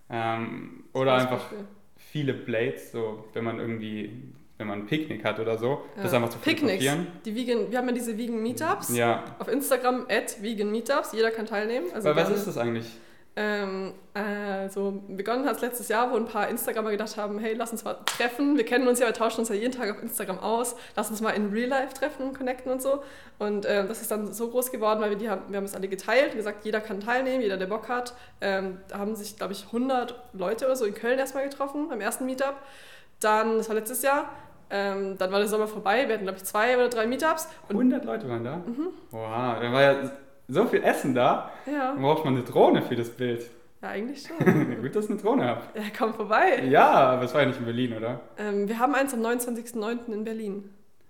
Ähm, oder Das einfach Beispiel. viele Blades, so wenn man irgendwie, wenn man ein Picknick hat oder so, Ja. das einfach zu Picknicks. fotografieren. Die Vegan, wir haben ja diese Vegan Meetups. Ja. Auf Instagram at Vegan Meetups. Jeder kann teilnehmen. Also Aber was gerne- ist das eigentlich? Ähm, also begonnen hat es letztes Jahr, wo ein paar Instagramer gedacht haben, hey, lass uns mal treffen. Wir kennen uns ja, wir tauschen uns ja jeden Tag auf Instagram aus. Lass uns mal in Real Life treffen und connecten und so. Und ähm, das ist dann so groß geworden, weil wir die haben, wir haben es alle geteilt und gesagt, jeder kann teilnehmen, jeder, der Bock hat. Ähm, da haben sich, glaube ich, hundert Leute oder so in Köln erstmal getroffen, beim ersten Meetup. Dann, das war letztes Jahr, ähm, dann war der Sommer vorbei. Wir hatten, glaube ich, zwei oder drei Meetups. Und hundert Leute waren da? Mhm. Oha, da war ja so viel Essen da. ja, Dann braucht man eine Drohne für das Bild. ja, eigentlich schon. Gut, dass ich eine Drohne habe. Ja, komm vorbei. Ja, aber es war ja nicht in Berlin, oder? Ähm, wir haben eins am neunundzwanzigsten neunten in Berlin.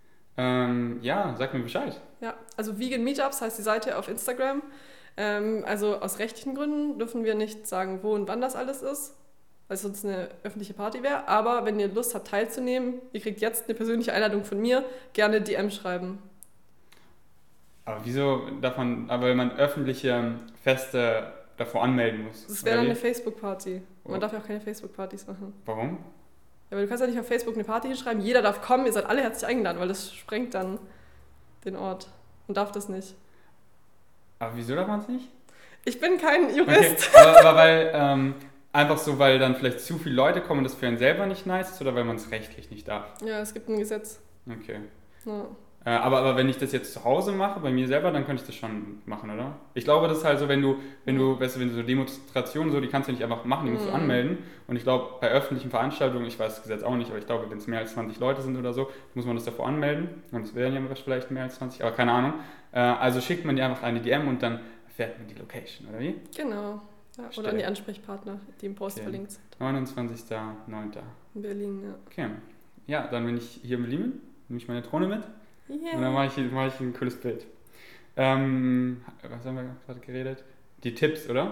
Ähm, ja, sag mir Bescheid. Ja, also Vegan Meetups heißt die Seite auf Instagram. Ähm, also aus rechtlichen Gründen dürfen wir nicht sagen, wo und wann das alles ist, weil es sonst eine öffentliche Party wäre. Aber wenn ihr Lust habt teilzunehmen, ihr kriegt jetzt eine persönliche Einladung von mir, gerne D M schreiben. Aber wieso darf man, aber wenn man öffentliche Feste davor anmelden muss? Das wäre dann Oder eine wie? Facebook-Party. Und man Oh. darf ja auch keine Facebook-Partys machen. Warum? Ja, weil du kannst ja nicht auf Facebook eine Party hinschreiben, jeder darf kommen, ihr seid alle herzlich eingeladen, weil das sprengt dann den Ort. Und darf das nicht. Aber wieso darf man es nicht? Ich bin kein Okay, Jurist. aber, aber weil, ähm, einfach so, weil dann vielleicht zu viele Leute kommen und das für einen selber nicht nice ist oder weil man es rechtlich nicht darf? Ja, es gibt ein Gesetz. Okay. Ja. Äh, aber, aber wenn ich das jetzt zu Hause mache, bei mir selber, dann könnte ich das schon machen, oder? Ich glaube, das ist halt so, wenn du, wenn du, weißt du, wenn du so Demonstrationen so, die kannst du nicht einfach machen, die musst du Mhm. anmelden. Und ich glaube, bei öffentlichen Veranstaltungen, ich weiß das Gesetz auch nicht, aber ich glaube, wenn es mehr als zwanzig Leute sind oder so, muss man das davor anmelden. Und es werden ja vielleicht mehr als zwanzig, aber keine Ahnung. Äh, also schickt man dir einfach eine D M und dann erfährt man die Location, oder wie? Genau. Ja, oder Verstehe. an die Ansprechpartner, die im Post Okay. verlinkt sind. neunundzwanzigster neunter In Berlin, ja. Okay. Ja, dann, wenn ich hier in Berlin bin, nehme ich meine Drohne mit. Yeah. Und dann mache ich, mache ich ein cooles Bild. Ähm, was haben wir gerade geredet? Die Tipps, oder?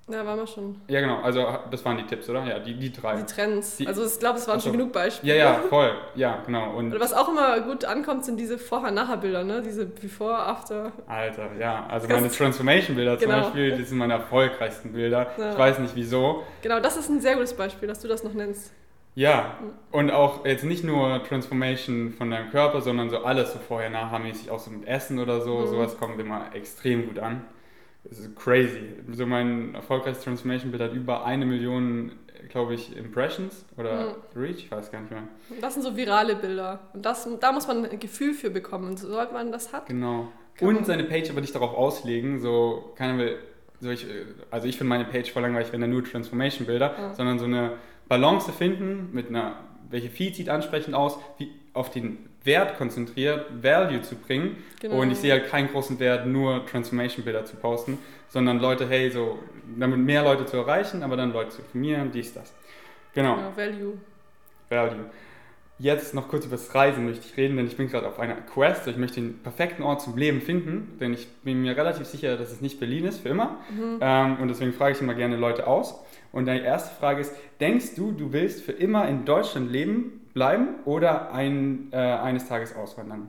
Ja, waren wir schon. Ja, genau. Also das waren die Tipps, oder? Ja, die, die drei. Die Trends. Die, also ich glaube, es waren achso. schon genug Beispiele. Ja, ja, voll. Ja, genau. Und was auch immer gut ankommt, sind diese Vorher-Nachher-Bilder, ne? Diese Before, After. Alter, ja. Also meine Transformation-Bilder genau. zum Beispiel, die sind meine erfolgreichsten Bilder. Ja. Ich weiß nicht wieso. Genau, das ist ein sehr gutes Beispiel, dass du das noch nennst. Ja, und auch jetzt nicht nur Transformation von deinem Körper, sondern so alles so vorher-nachher-mäßig, auch so mit Essen oder so. Mhm. Sowas kommt immer extrem gut an. Das ist crazy. So mein erfolgreiches Transformation-Bild hat über eine Million, glaube ich, Impressions oder mhm. Reach, ich weiß gar nicht mehr. Das sind so virale Bilder. Und das, da muss man ein Gefühl für bekommen. Und sobald man das hat... Genau. Und seine Page aber nicht darauf auslegen, so keiner will... So ich, also ich finde meine Page voll langweilig, wenn da nur Transformation-Bilder, ja. sondern so eine Balance finden mit einer... Welche Feed sieht ansprechend aus, wie auf den Wert konzentriert, Value zu bringen. Genau. Und ich sehe halt keinen großen Wert, nur Transformation-Bilder zu posten, sondern Leute, hey, so, damit mehr Leute zu erreichen, aber dann Leute zu informieren, dies, das. Genau. Ja, Value. Value. Jetzt noch kurz über das Reisen möchte ich reden, denn ich bin gerade auf einer Quest. Ich möchte den perfekten Ort zum Leben finden, denn ich bin mir relativ sicher, dass es nicht Berlin ist, für immer. Mhm. Ähm, und deswegen frage ich immer gerne Leute aus. Und deine erste Frage ist, denkst du, du willst für immer in Deutschland leben, bleiben oder ein, äh, eines Tages auswandern?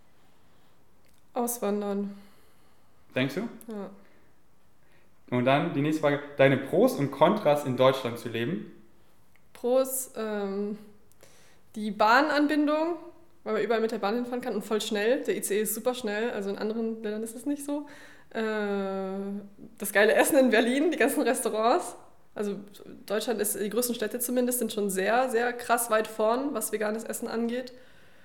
Auswandern. Denkst du? Ja. Und dann die nächste Frage, deine Pros und Kontras in Deutschland zu leben? Pros, ähm, die Bahnanbindung, weil man überall mit der Bahn hinfahren kann und voll schnell. Der I C E ist super schnell, also in anderen Ländern ist es nicht so. Äh, das geile Essen in Berlin, die ganzen Restaurants. Also Deutschland ist, die größten Städte zumindest, sind schon sehr, sehr krass weit vorn, was veganes Essen angeht.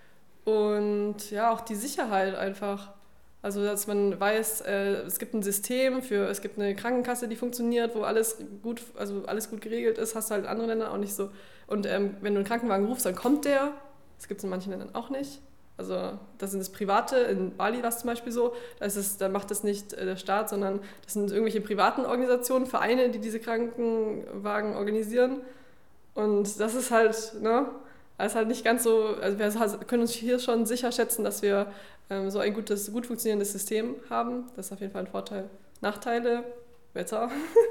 Und ja, auch die Sicherheit einfach. Also dass man weiß, äh, es gibt ein System, für, es gibt eine Krankenkasse, die funktioniert, wo alles gut, also alles gut geregelt ist, hast du halt in anderen Ländern auch nicht so. Und ähm, wenn du einen Krankenwagen rufst, dann kommt der. Das gibt es in manchen Ländern auch nicht. Also das sind das Private, in Bali war es zum Beispiel so, da, ist es, da macht das nicht der Staat, sondern das sind irgendwelche privaten Organisationen, Vereine, die diese Krankenwagen organisieren. Und das ist halt, ne, das ist halt nicht ganz so, also wir können uns hier schon sicher schätzen, dass wir ähm, so ein gutes, gut funktionierendes System haben. Das ist auf jeden Fall ein Vorteil. Nachteile, Wetter.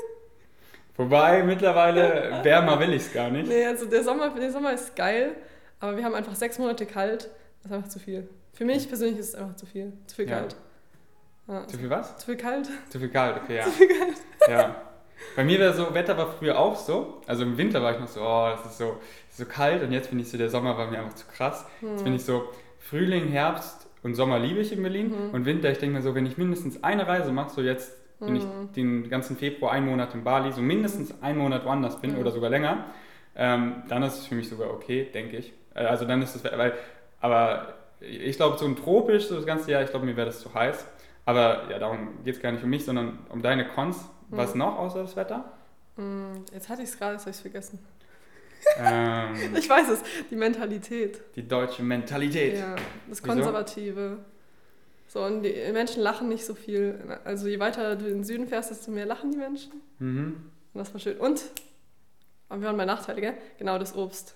Wobei mittlerweile wärmer will ich es gar nicht. Nee, also der Sommer, der Sommer ist geil, aber wir haben einfach sechs Monate kalt. Das ist einfach zu viel. Für mich persönlich ist es einfach zu viel. Zu viel kalt. Ja. Ja, zu viel was? Zu viel kalt. Zu viel kalt, okay, ja. Zu viel kalt. Ja. Bei mir war so, Wetter war früher auch so. Also im Winter war ich noch so, oh, das ist so, das ist so kalt. Und jetzt bin ich so, der Sommer war mir einfach zu krass. Hm. Jetzt bin ich so, Frühling, Herbst und Sommer liebe ich in Berlin. Hm. Und Winter, ich denke mir so, wenn ich mindestens eine Reise mache, so jetzt bin hm. ich den ganzen Februar einen Monat in Bali, so mindestens einen Monat woanders bin hm. oder sogar länger, ähm, dann ist es für mich sogar okay, denke ich. Also dann ist es, weil, aber ich glaube, so ein tropisch, so das ganze Jahr, ich glaube, mir wäre das zu heiß. Aber ja, darum geht es gar nicht um mich, sondern um deine Cons. Hm. Was noch außer das Wetter? Jetzt hatte ich es gerade, jetzt habe ich es vergessen. Ähm, ich weiß es, die Mentalität. Die deutsche Mentalität. Ja, das Konservative. So, und die Menschen lachen nicht so viel. Also je weiter du in den Süden fährst, desto mehr lachen die Menschen. Mhm. Und das war schön. Und, wir waren bei Nachteile, gell? Genau, das Obst.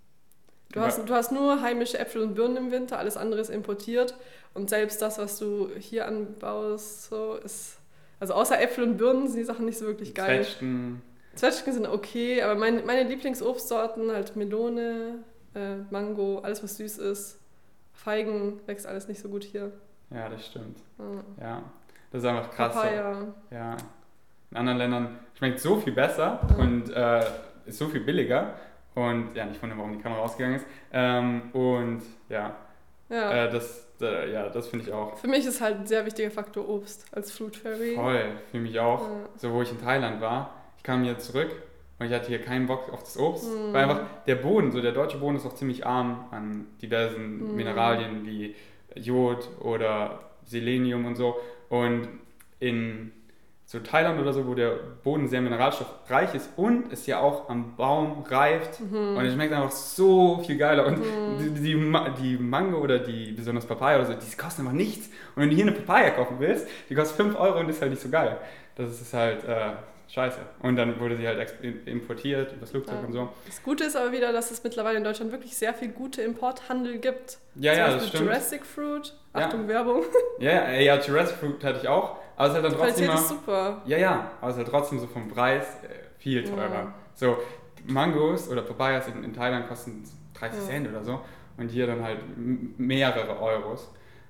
Du hast, du hast nur heimische Äpfel und Birnen im Winter, alles andere ist importiert. Und selbst das, was du hier anbaust, so ist... Also außer Äpfel und Birnen sind die Sachen nicht so wirklich geil. Zwetschgen. Zwetschgen sind okay, aber mein, meine Lieblingsobstsorten, halt Melone, äh, Mango, alles was süß ist. Feigen wächst alles nicht so gut hier. Ja, das stimmt. Ja, ja. Das ist einfach krass. Papaya. Ja. In anderen Ländern schmeckt es so viel besser ja. und äh, ist so viel billiger. Und ja, nicht wundern, warum die Kamera ausgegangen ist. Ähm, und ja, ja. Äh, das, äh, ja, das finde ich auch. Für mich ist halt ein sehr wichtiger Faktor Obst als Fruit Fairy. Voll, für mich auch. Ja. So, wo ich in Thailand war, ich kam hier zurück und ich hatte hier keinen Bock auf das Obst. Mm. Weil einfach der Boden, so der deutsche Boden ist auch ziemlich arm an diversen mm. Mineralien wie Jod oder Selenium und so. Und in so Thailand oder so, wo der Boden sehr mineralstoffreich ist und es ja auch am Baum reift mhm. und es schmeckt einfach so viel geiler und mhm. die, die, die Mango oder die besonders Papaya oder so, die kosten einfach nichts und wenn du hier eine Papaya kaufen willst, die kostet fünf Euro und ist halt nicht so geil. Das ist halt äh, scheiße. Und dann wurde sie halt importiert über das Flugzeug ja. und so. Das Gute ist aber wieder, dass es mittlerweile in Deutschland wirklich sehr viel gute Importhandel gibt. Ja, Zum ja, Beispiel das stimmt. Jurassic Fruit, Achtung, ja. Werbung. Ja, ja, Jurassic Fruit hatte ich auch. aber es ist halt dann trotzdem... Qualität ist super. Ja, ja, aber es ist halt trotzdem so vom Preis äh, viel teurer. Ja. So, Mangos oder Papayas in, in Thailand kosten dreißig ja. Cent oder so und hier dann halt mehrere Euros.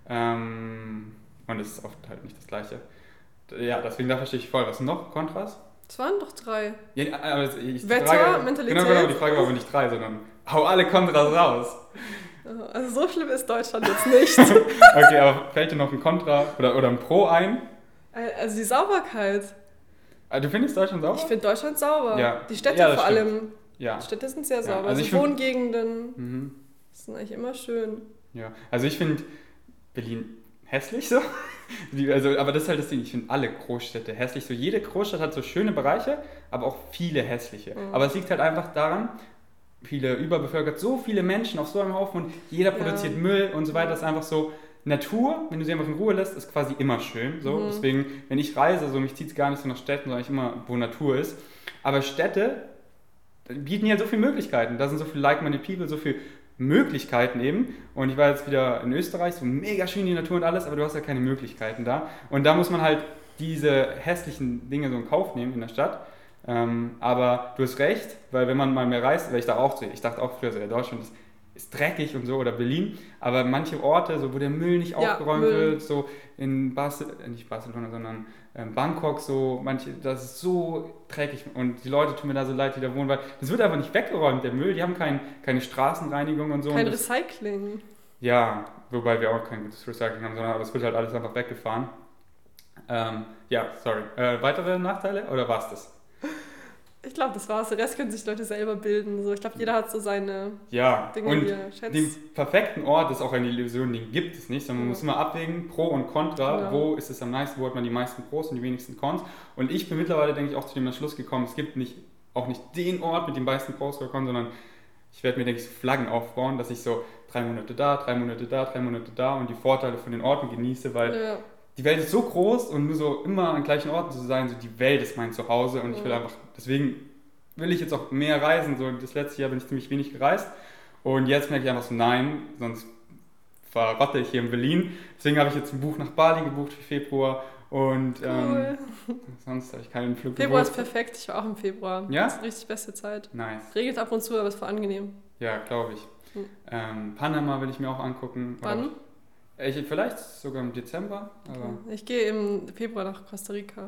Ähm, und es ist oft halt nicht das Gleiche. Ja, deswegen da verstehe ich voll. Was noch? Kontras? Es waren doch drei. Ja, aber ich Wetter, Frage, Mentalität. Genau, genau, die Frage war aber nicht drei, sondern hau alle Kontras raus. Also so schlimm ist Deutschland jetzt nicht. Okay, aber fällt dir noch ein Kontra oder, oder ein Pro ein? Also die Sauberkeit. Du findest Deutschland sauber? Ich finde Deutschland sauber. Ja. Die Städte ja, vor stimmt. allem. Ja. Die Städte sind sehr sauber. Ja, also also ich find, Wohngegenden mhm. sind eigentlich immer schön. Ja, also ich finde Berlin hässlich so. Also, aber das ist halt das Ding, ich finde alle Großstädte hässlich. So, jede Großstadt hat so schöne Bereiche, aber auch viele hässliche. Mhm. Aber es liegt halt einfach daran, viele überbevölkert, so viele Menschen auf so einem Haufen und jeder produziert ja. Müll und so weiter. Das ist einfach so, Natur, wenn du sie einfach in Ruhe lässt, ist quasi immer schön. So. Mhm. Deswegen, wenn ich reise, so, mich zieht es gar nicht so nach Städten, sondern ich immer, wo Natur ist. Aber Städte bieten ja so viele Möglichkeiten. Da sind so viele like-minded people, so viele Möglichkeiten eben. Und ich war jetzt wieder in Österreich, so mega schön die Natur und alles, aber du hast ja keine Möglichkeiten da. Und da muss man halt diese hässlichen Dinge so in Kauf nehmen in der Stadt. Ähm, aber du hast recht, weil wenn man mal mehr reist, weil ich dachte auch, ich dachte auch früher, so, ja, Deutschland ist, ist dreckig und so, oder Berlin, aber manche Orte, so, wo der Müll nicht ja, aufgeräumt Müll. wird, so in Barcelona, nicht Barcelona, sondern ähm, Bangkok, so, manche, das ist so dreckig und die Leute tun mir da so leid, die da wohnen, weil das wird einfach nicht weggeräumt, der Müll, die haben kein, keine Straßenreinigung und so. Kein und das, Recycling. Ja, wobei wir auch kein gutes Recycling haben, sondern aber es wird halt alles einfach weggefahren. Ähm, ja, sorry. Äh, weitere Nachteile oder war's das? Ich glaube, das war's. Der Rest können sich Leute selber bilden. So, ich glaube, jeder hat so seine ja, Dinge, und die er schätzt. Den perfekten Ort ist auch eine Illusion, den gibt es nicht, sondern man ja. muss immer abwägen, Pro und Contra, ja. wo ist es am meisten, wo hat man die meisten Pros und die wenigsten Cons. Und ich bin mittlerweile, denke ich, auch zu dem Entschluss gekommen, es gibt nicht, auch nicht den Ort mit den meisten Pros oder Cons, sondern ich werde mir, denke ich, Flaggen aufbauen, dass ich so drei Monate da, drei Monate da, drei Monate da und die Vorteile von den Orten genieße, weil ja. die Welt ist so groß und nur so immer an gleichen Orten zu sein, so die Welt ist mein Zuhause und ja. ich will einfach, deswegen will ich jetzt auch mehr reisen. So, das letzte Jahr bin ich ziemlich wenig gereist und jetzt merke ich einfach so, nein, sonst verrotte ich hier in Berlin. Deswegen habe ich jetzt ein Buch nach Bali gebucht für Februar und cool. ähm, sonst habe ich keinen Flug Februar gebucht. ist perfekt, ich war auch im Februar. Ja? Das ist die richtig beste Zeit. Nice. Regelt ab und zu, aber es war angenehm. Ja, glaube ich. Hm. Ähm, Panama will ich mir auch angucken. Wann? Ich, vielleicht sogar im Dezember. Aber ich gehe im Februar nach Costa Rica.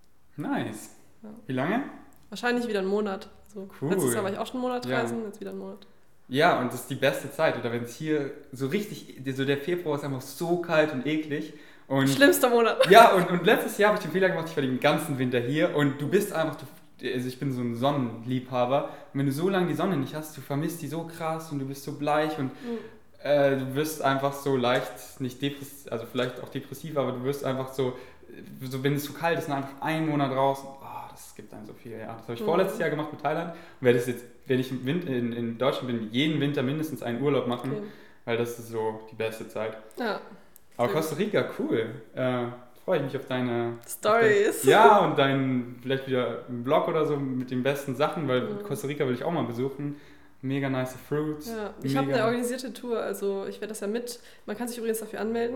Nice. Ja. Wie lange? Wahrscheinlich wieder einen Monat. So, cool. Letztes Jahr war ich auch schon einen Monat ja. reisen, jetzt wieder einen Monat. Ja, und das ist die beste Zeit. Oder wenn es hier so richtig, so der Februar ist einfach so kalt und eklig. Und schlimmster Monat. Ja, und, und letztes Jahr habe ich den Fehler gemacht, ich war den ganzen Winter hier und du bist einfach, du, also ich bin so ein Sonnenliebhaber. Und wenn du so lange die Sonne nicht hast, du vermisst die so krass und du bist so bleich und mhm. äh, du wirst einfach so leicht, nicht depressiv, also vielleicht auch depressiv, aber du wirst einfach so, so wenn es so kalt ist, und einfach einen Monat raus. Es gibt dann so viel, ja. Das habe ich mhm. vorletztes Jahr gemacht mit Thailand und werde es jetzt, wenn ich im Winter, in, in Deutschland bin, jeden Winter mindestens einen Urlaub machen, okay. weil das ist so die beste Zeit. Ja. Aber Costa Rica, cool. Äh, freue ich mich auf deine Stories. Auf dein, ja, und deinen, vielleicht wieder einen Blog oder so mit den besten Sachen, weil mhm. Costa Rica will ich auch mal besuchen. Mega nice Fruits. Ja, ich habe eine organisierte Tour, also ich werde das ja mit. Man kann sich übrigens dafür anmelden.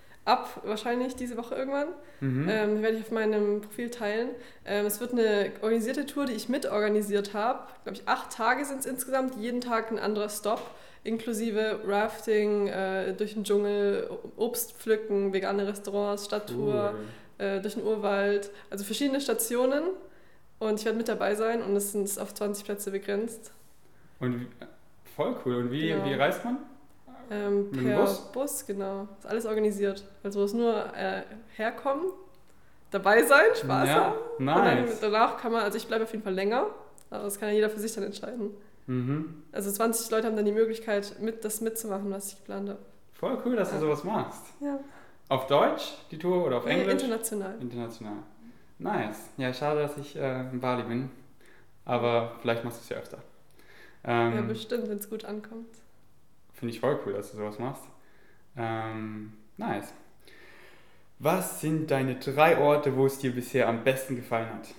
Ab wahrscheinlich diese Woche irgendwann. Mhm. Ähm, werde ich auf meinem Profil teilen. Ähm, es wird eine organisierte Tour, die ich mitorganisiert habe. Glaube ich, acht Tage sind es insgesamt. Jeden Tag ein anderer Stop, inklusive Rafting, äh, durch den Dschungel, Obst pflücken, vegane Restaurants, Stadttour, cool. äh, durch den Urwald. Also verschiedene Stationen. Und ich werde mit dabei sein und es sind auf zwanzig Plätze begrenzt. Und voll cool. Und wie, ja. wie reist man? Ähm, Mit per dem Bus? Bus, genau. Ist alles organisiert. Also es ist nur äh, herkommen, dabei sein, Spaß ja, haben. Nice. Und dann, danach kann man, also ich bleibe auf jeden Fall länger, aber das kann ja jeder für sich dann entscheiden. Mhm. Also zwanzig Leute haben dann die Möglichkeit, mit, das mitzumachen, was ich geplant habe. Voll cool, dass ja. du sowas machst. Ja. Auf Deutsch die Tour oder auf nee, Englisch? International. International. Nice. Ja, schade, dass ich äh, in Bali bin. Aber vielleicht machst du es ja öfter. Ähm, ja, bestimmt, wenn es gut ankommt. Finde ich voll cool, dass du sowas machst. Ähm, nice. Was sind deine drei Orte, wo es dir bisher am besten gefallen hat?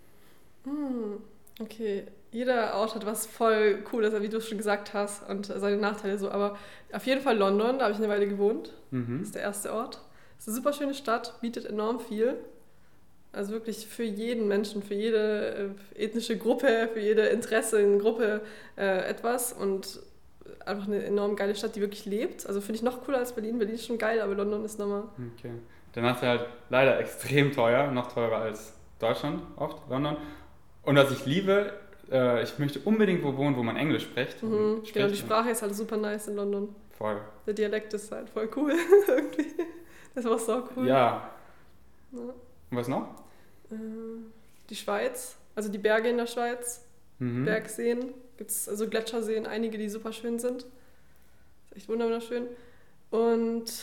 Hm, okay. Jeder Ort hat was voll Cooles, wie du schon gesagt hast, und seine Nachteile so. Aber auf jeden Fall London, da habe ich eine Weile gewohnt. Mhm. Das ist der erste Ort. Es ist eine super schöne Stadt, bietet enorm viel. Also wirklich für jeden Menschen, für jede äh, ethnische Gruppe, für jede Interessengruppe äh, etwas und einfach eine enorm geile Stadt, die wirklich lebt. Also finde ich noch cooler als Berlin. Berlin ist schon geil, aber London ist nochmal... Okay. Danach ist halt leider extrem teuer, noch teurer als Deutschland, oft, London. Und was ich liebe, äh, ich möchte unbedingt wo wohnen, wo man Englisch spricht. Mhm, spricht genau, die Sprache ist halt super nice in London. Voll. Der Dialekt ist halt voll cool irgendwie. Das war so cool. Ja. ja. Und was noch? Äh, die Schweiz, also die Berge in der Schweiz, Mhm. Bergseen, gibt es also Gletscherseen, einige, die super schön sind. Ist echt wunderschön. Und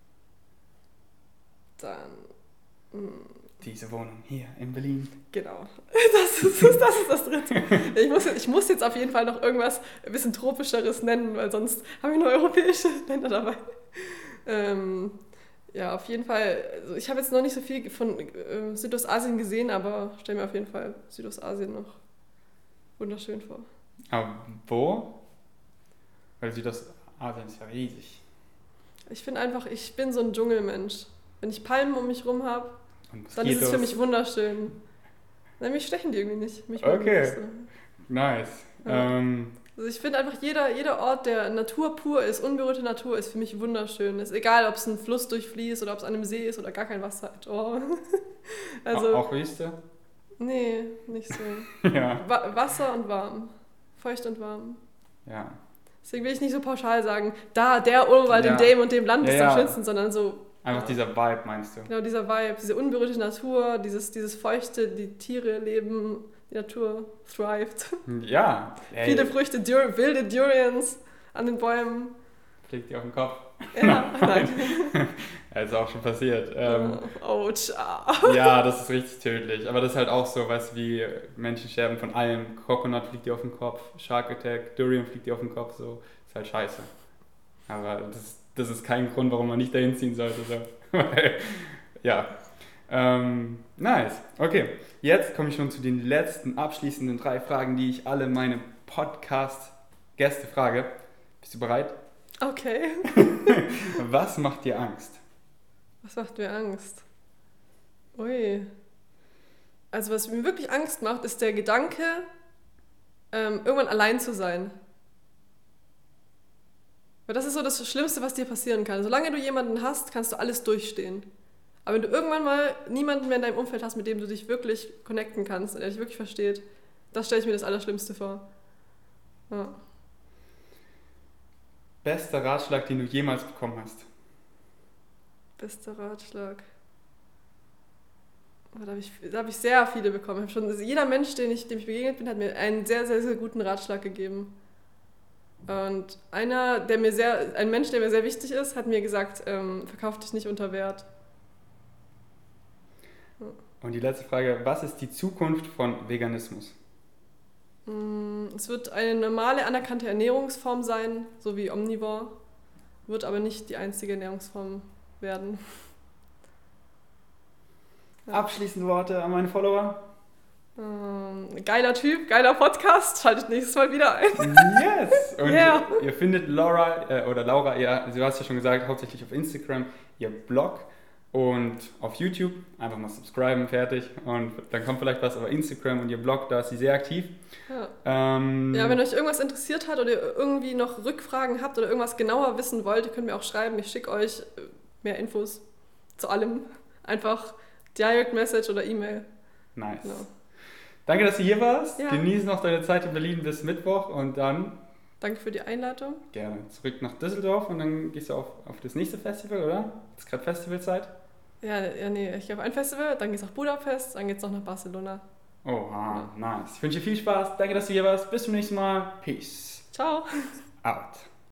dann... Mh, diese Wohnung hier in Berlin. genau, das ist das, ist das Dritte. Ich muss, ich muss jetzt auf jeden Fall noch irgendwas ein bisschen tropischeres nennen, weil sonst habe ich nur europäische Länder dabei. Ähm, ja, auf jeden Fall. Also ich habe jetzt noch nicht so viel von äh, Südostasien gesehen, aber stelle mir auf jeden Fall Südostasien noch wunderschön vor. Aber wo? Weil Südostasien ist ja riesig. Ich finde einfach, ich bin so ein Dschungelmensch. Wenn ich Palmen um mich rum habe, dann ist es für mich wunderschön. Nein, mich stechen die irgendwie nicht. Mich okay, nicht so. Nice. Ja. Ähm, Also ich finde einfach, jeder, jeder Ort, der Natur pur ist, unberührte Natur, ist für mich wunderschön. Ist egal, ob es ein Fluss durchfließt oder ob es an einem See ist oder gar kein Wasser hat. Oh. Also, auch Wüste? nee, nicht so. Ja. Wa- Wasser und warm. Feucht und warm. Ja. Deswegen will ich nicht so pauschal sagen, da, der Urwald Ja. in dem und dem Land Ja, ist ja. am schönsten, sondern so... Einfach ja. dieser Vibe, meinst du? Genau, dieser Vibe, diese unberührte Natur, dieses, dieses Feuchte, die Tiere leben, die Natur thrived. Ja. Ey, Viele Früchte, Dur- wilde Durians an den Bäumen. fliegt dir auf den Kopf. Ja, nein. Ja, ist auch schon passiert. Ähm, Ouch. Ah. ja, das ist richtig tödlich. Aber das ist halt auch so, weißt du, wie Menschen sterben von allem. Coconut fliegt dir auf den Kopf, Shark Attack, Durian fliegt dir auf den Kopf, so. Ist halt scheiße. Aber das ist, das ist kein Grund, warum man nicht dahin ziehen sollte. So. Ja. Ähm, nice. Okay, jetzt komme ich schon zu den letzten abschließenden drei Fragen, die ich alle meine Podcast-Gäste frage. Bist du bereit? Okay. Was macht dir Angst? Was macht mir Angst? Ui. Also was mir wirklich Angst macht, ist der Gedanke, ähm, irgendwann allein zu sein. Weil das ist so das Schlimmste, was dir passieren kann. Solange du jemanden hast, kannst du alles durchstehen. Aber wenn du irgendwann mal niemanden mehr in deinem Umfeld hast, mit dem du dich wirklich connecten kannst und der dich wirklich versteht, das stelle ich mir das Allerschlimmste vor. Ja. Bester Ratschlag, den du jemals bekommen hast? Bester Ratschlag. Oh, da habe ich, da hab ich sehr viele bekommen. Ich hab schon, also jeder Mensch, den ich, dem ich begegnet bin, hat mir einen sehr, sehr, sehr guten Ratschlag gegeben. Und einer, der mir sehr, ein Mensch, der mir sehr wichtig ist, hat mir gesagt, ähm, verkauf dich nicht unter Wert. Und die letzte Frage, was ist die Zukunft von Veganismus? Es wird eine normale, anerkannte Ernährungsform sein, so wie Omnivore, wird aber nicht die einzige Ernährungsform werden. Ja. Abschließende Worte an meine Follower? Ähm, geiler Typ, geiler Podcast, schaltet nächstes Mal wieder ein. Yes! Und Yeah. ihr, ihr findet Laura, äh, oder Laura, ja, du hast ja schon gesagt, hauptsächlich auf Instagram, ihr Blog und auf YouTube. Einfach mal subscriben, fertig. Und dann kommt vielleicht was, aber Instagram und ihr Blog, da ist sie sehr aktiv. Ja. Ähm, ja, wenn euch irgendwas interessiert hat oder ihr irgendwie noch Rückfragen habt oder irgendwas genauer wissen wollt, ihr könnt mir auch schreiben. Ich schicke euch mehr Infos zu allem. Einfach Direct Message oder E-Mail. Nice. Genau. Danke, dass du hier warst. Ja. Genieß noch deine Zeit in Berlin bis Mittwoch und dann Danke für die Einladung. gerne zurück nach Düsseldorf und dann gehst du auf, auf das nächste Festival, oder? Ist gerade Festivalzeit? Ja, ja, nee, ich gehe auf ein Festival, dann geht's nach Budapest, dann geht's noch nach Barcelona. Oh, ah, nice. Ich wünsche dir viel Spaß. Danke, dass du hier warst. Bis zum nächsten Mal. Peace. Ciao. Out.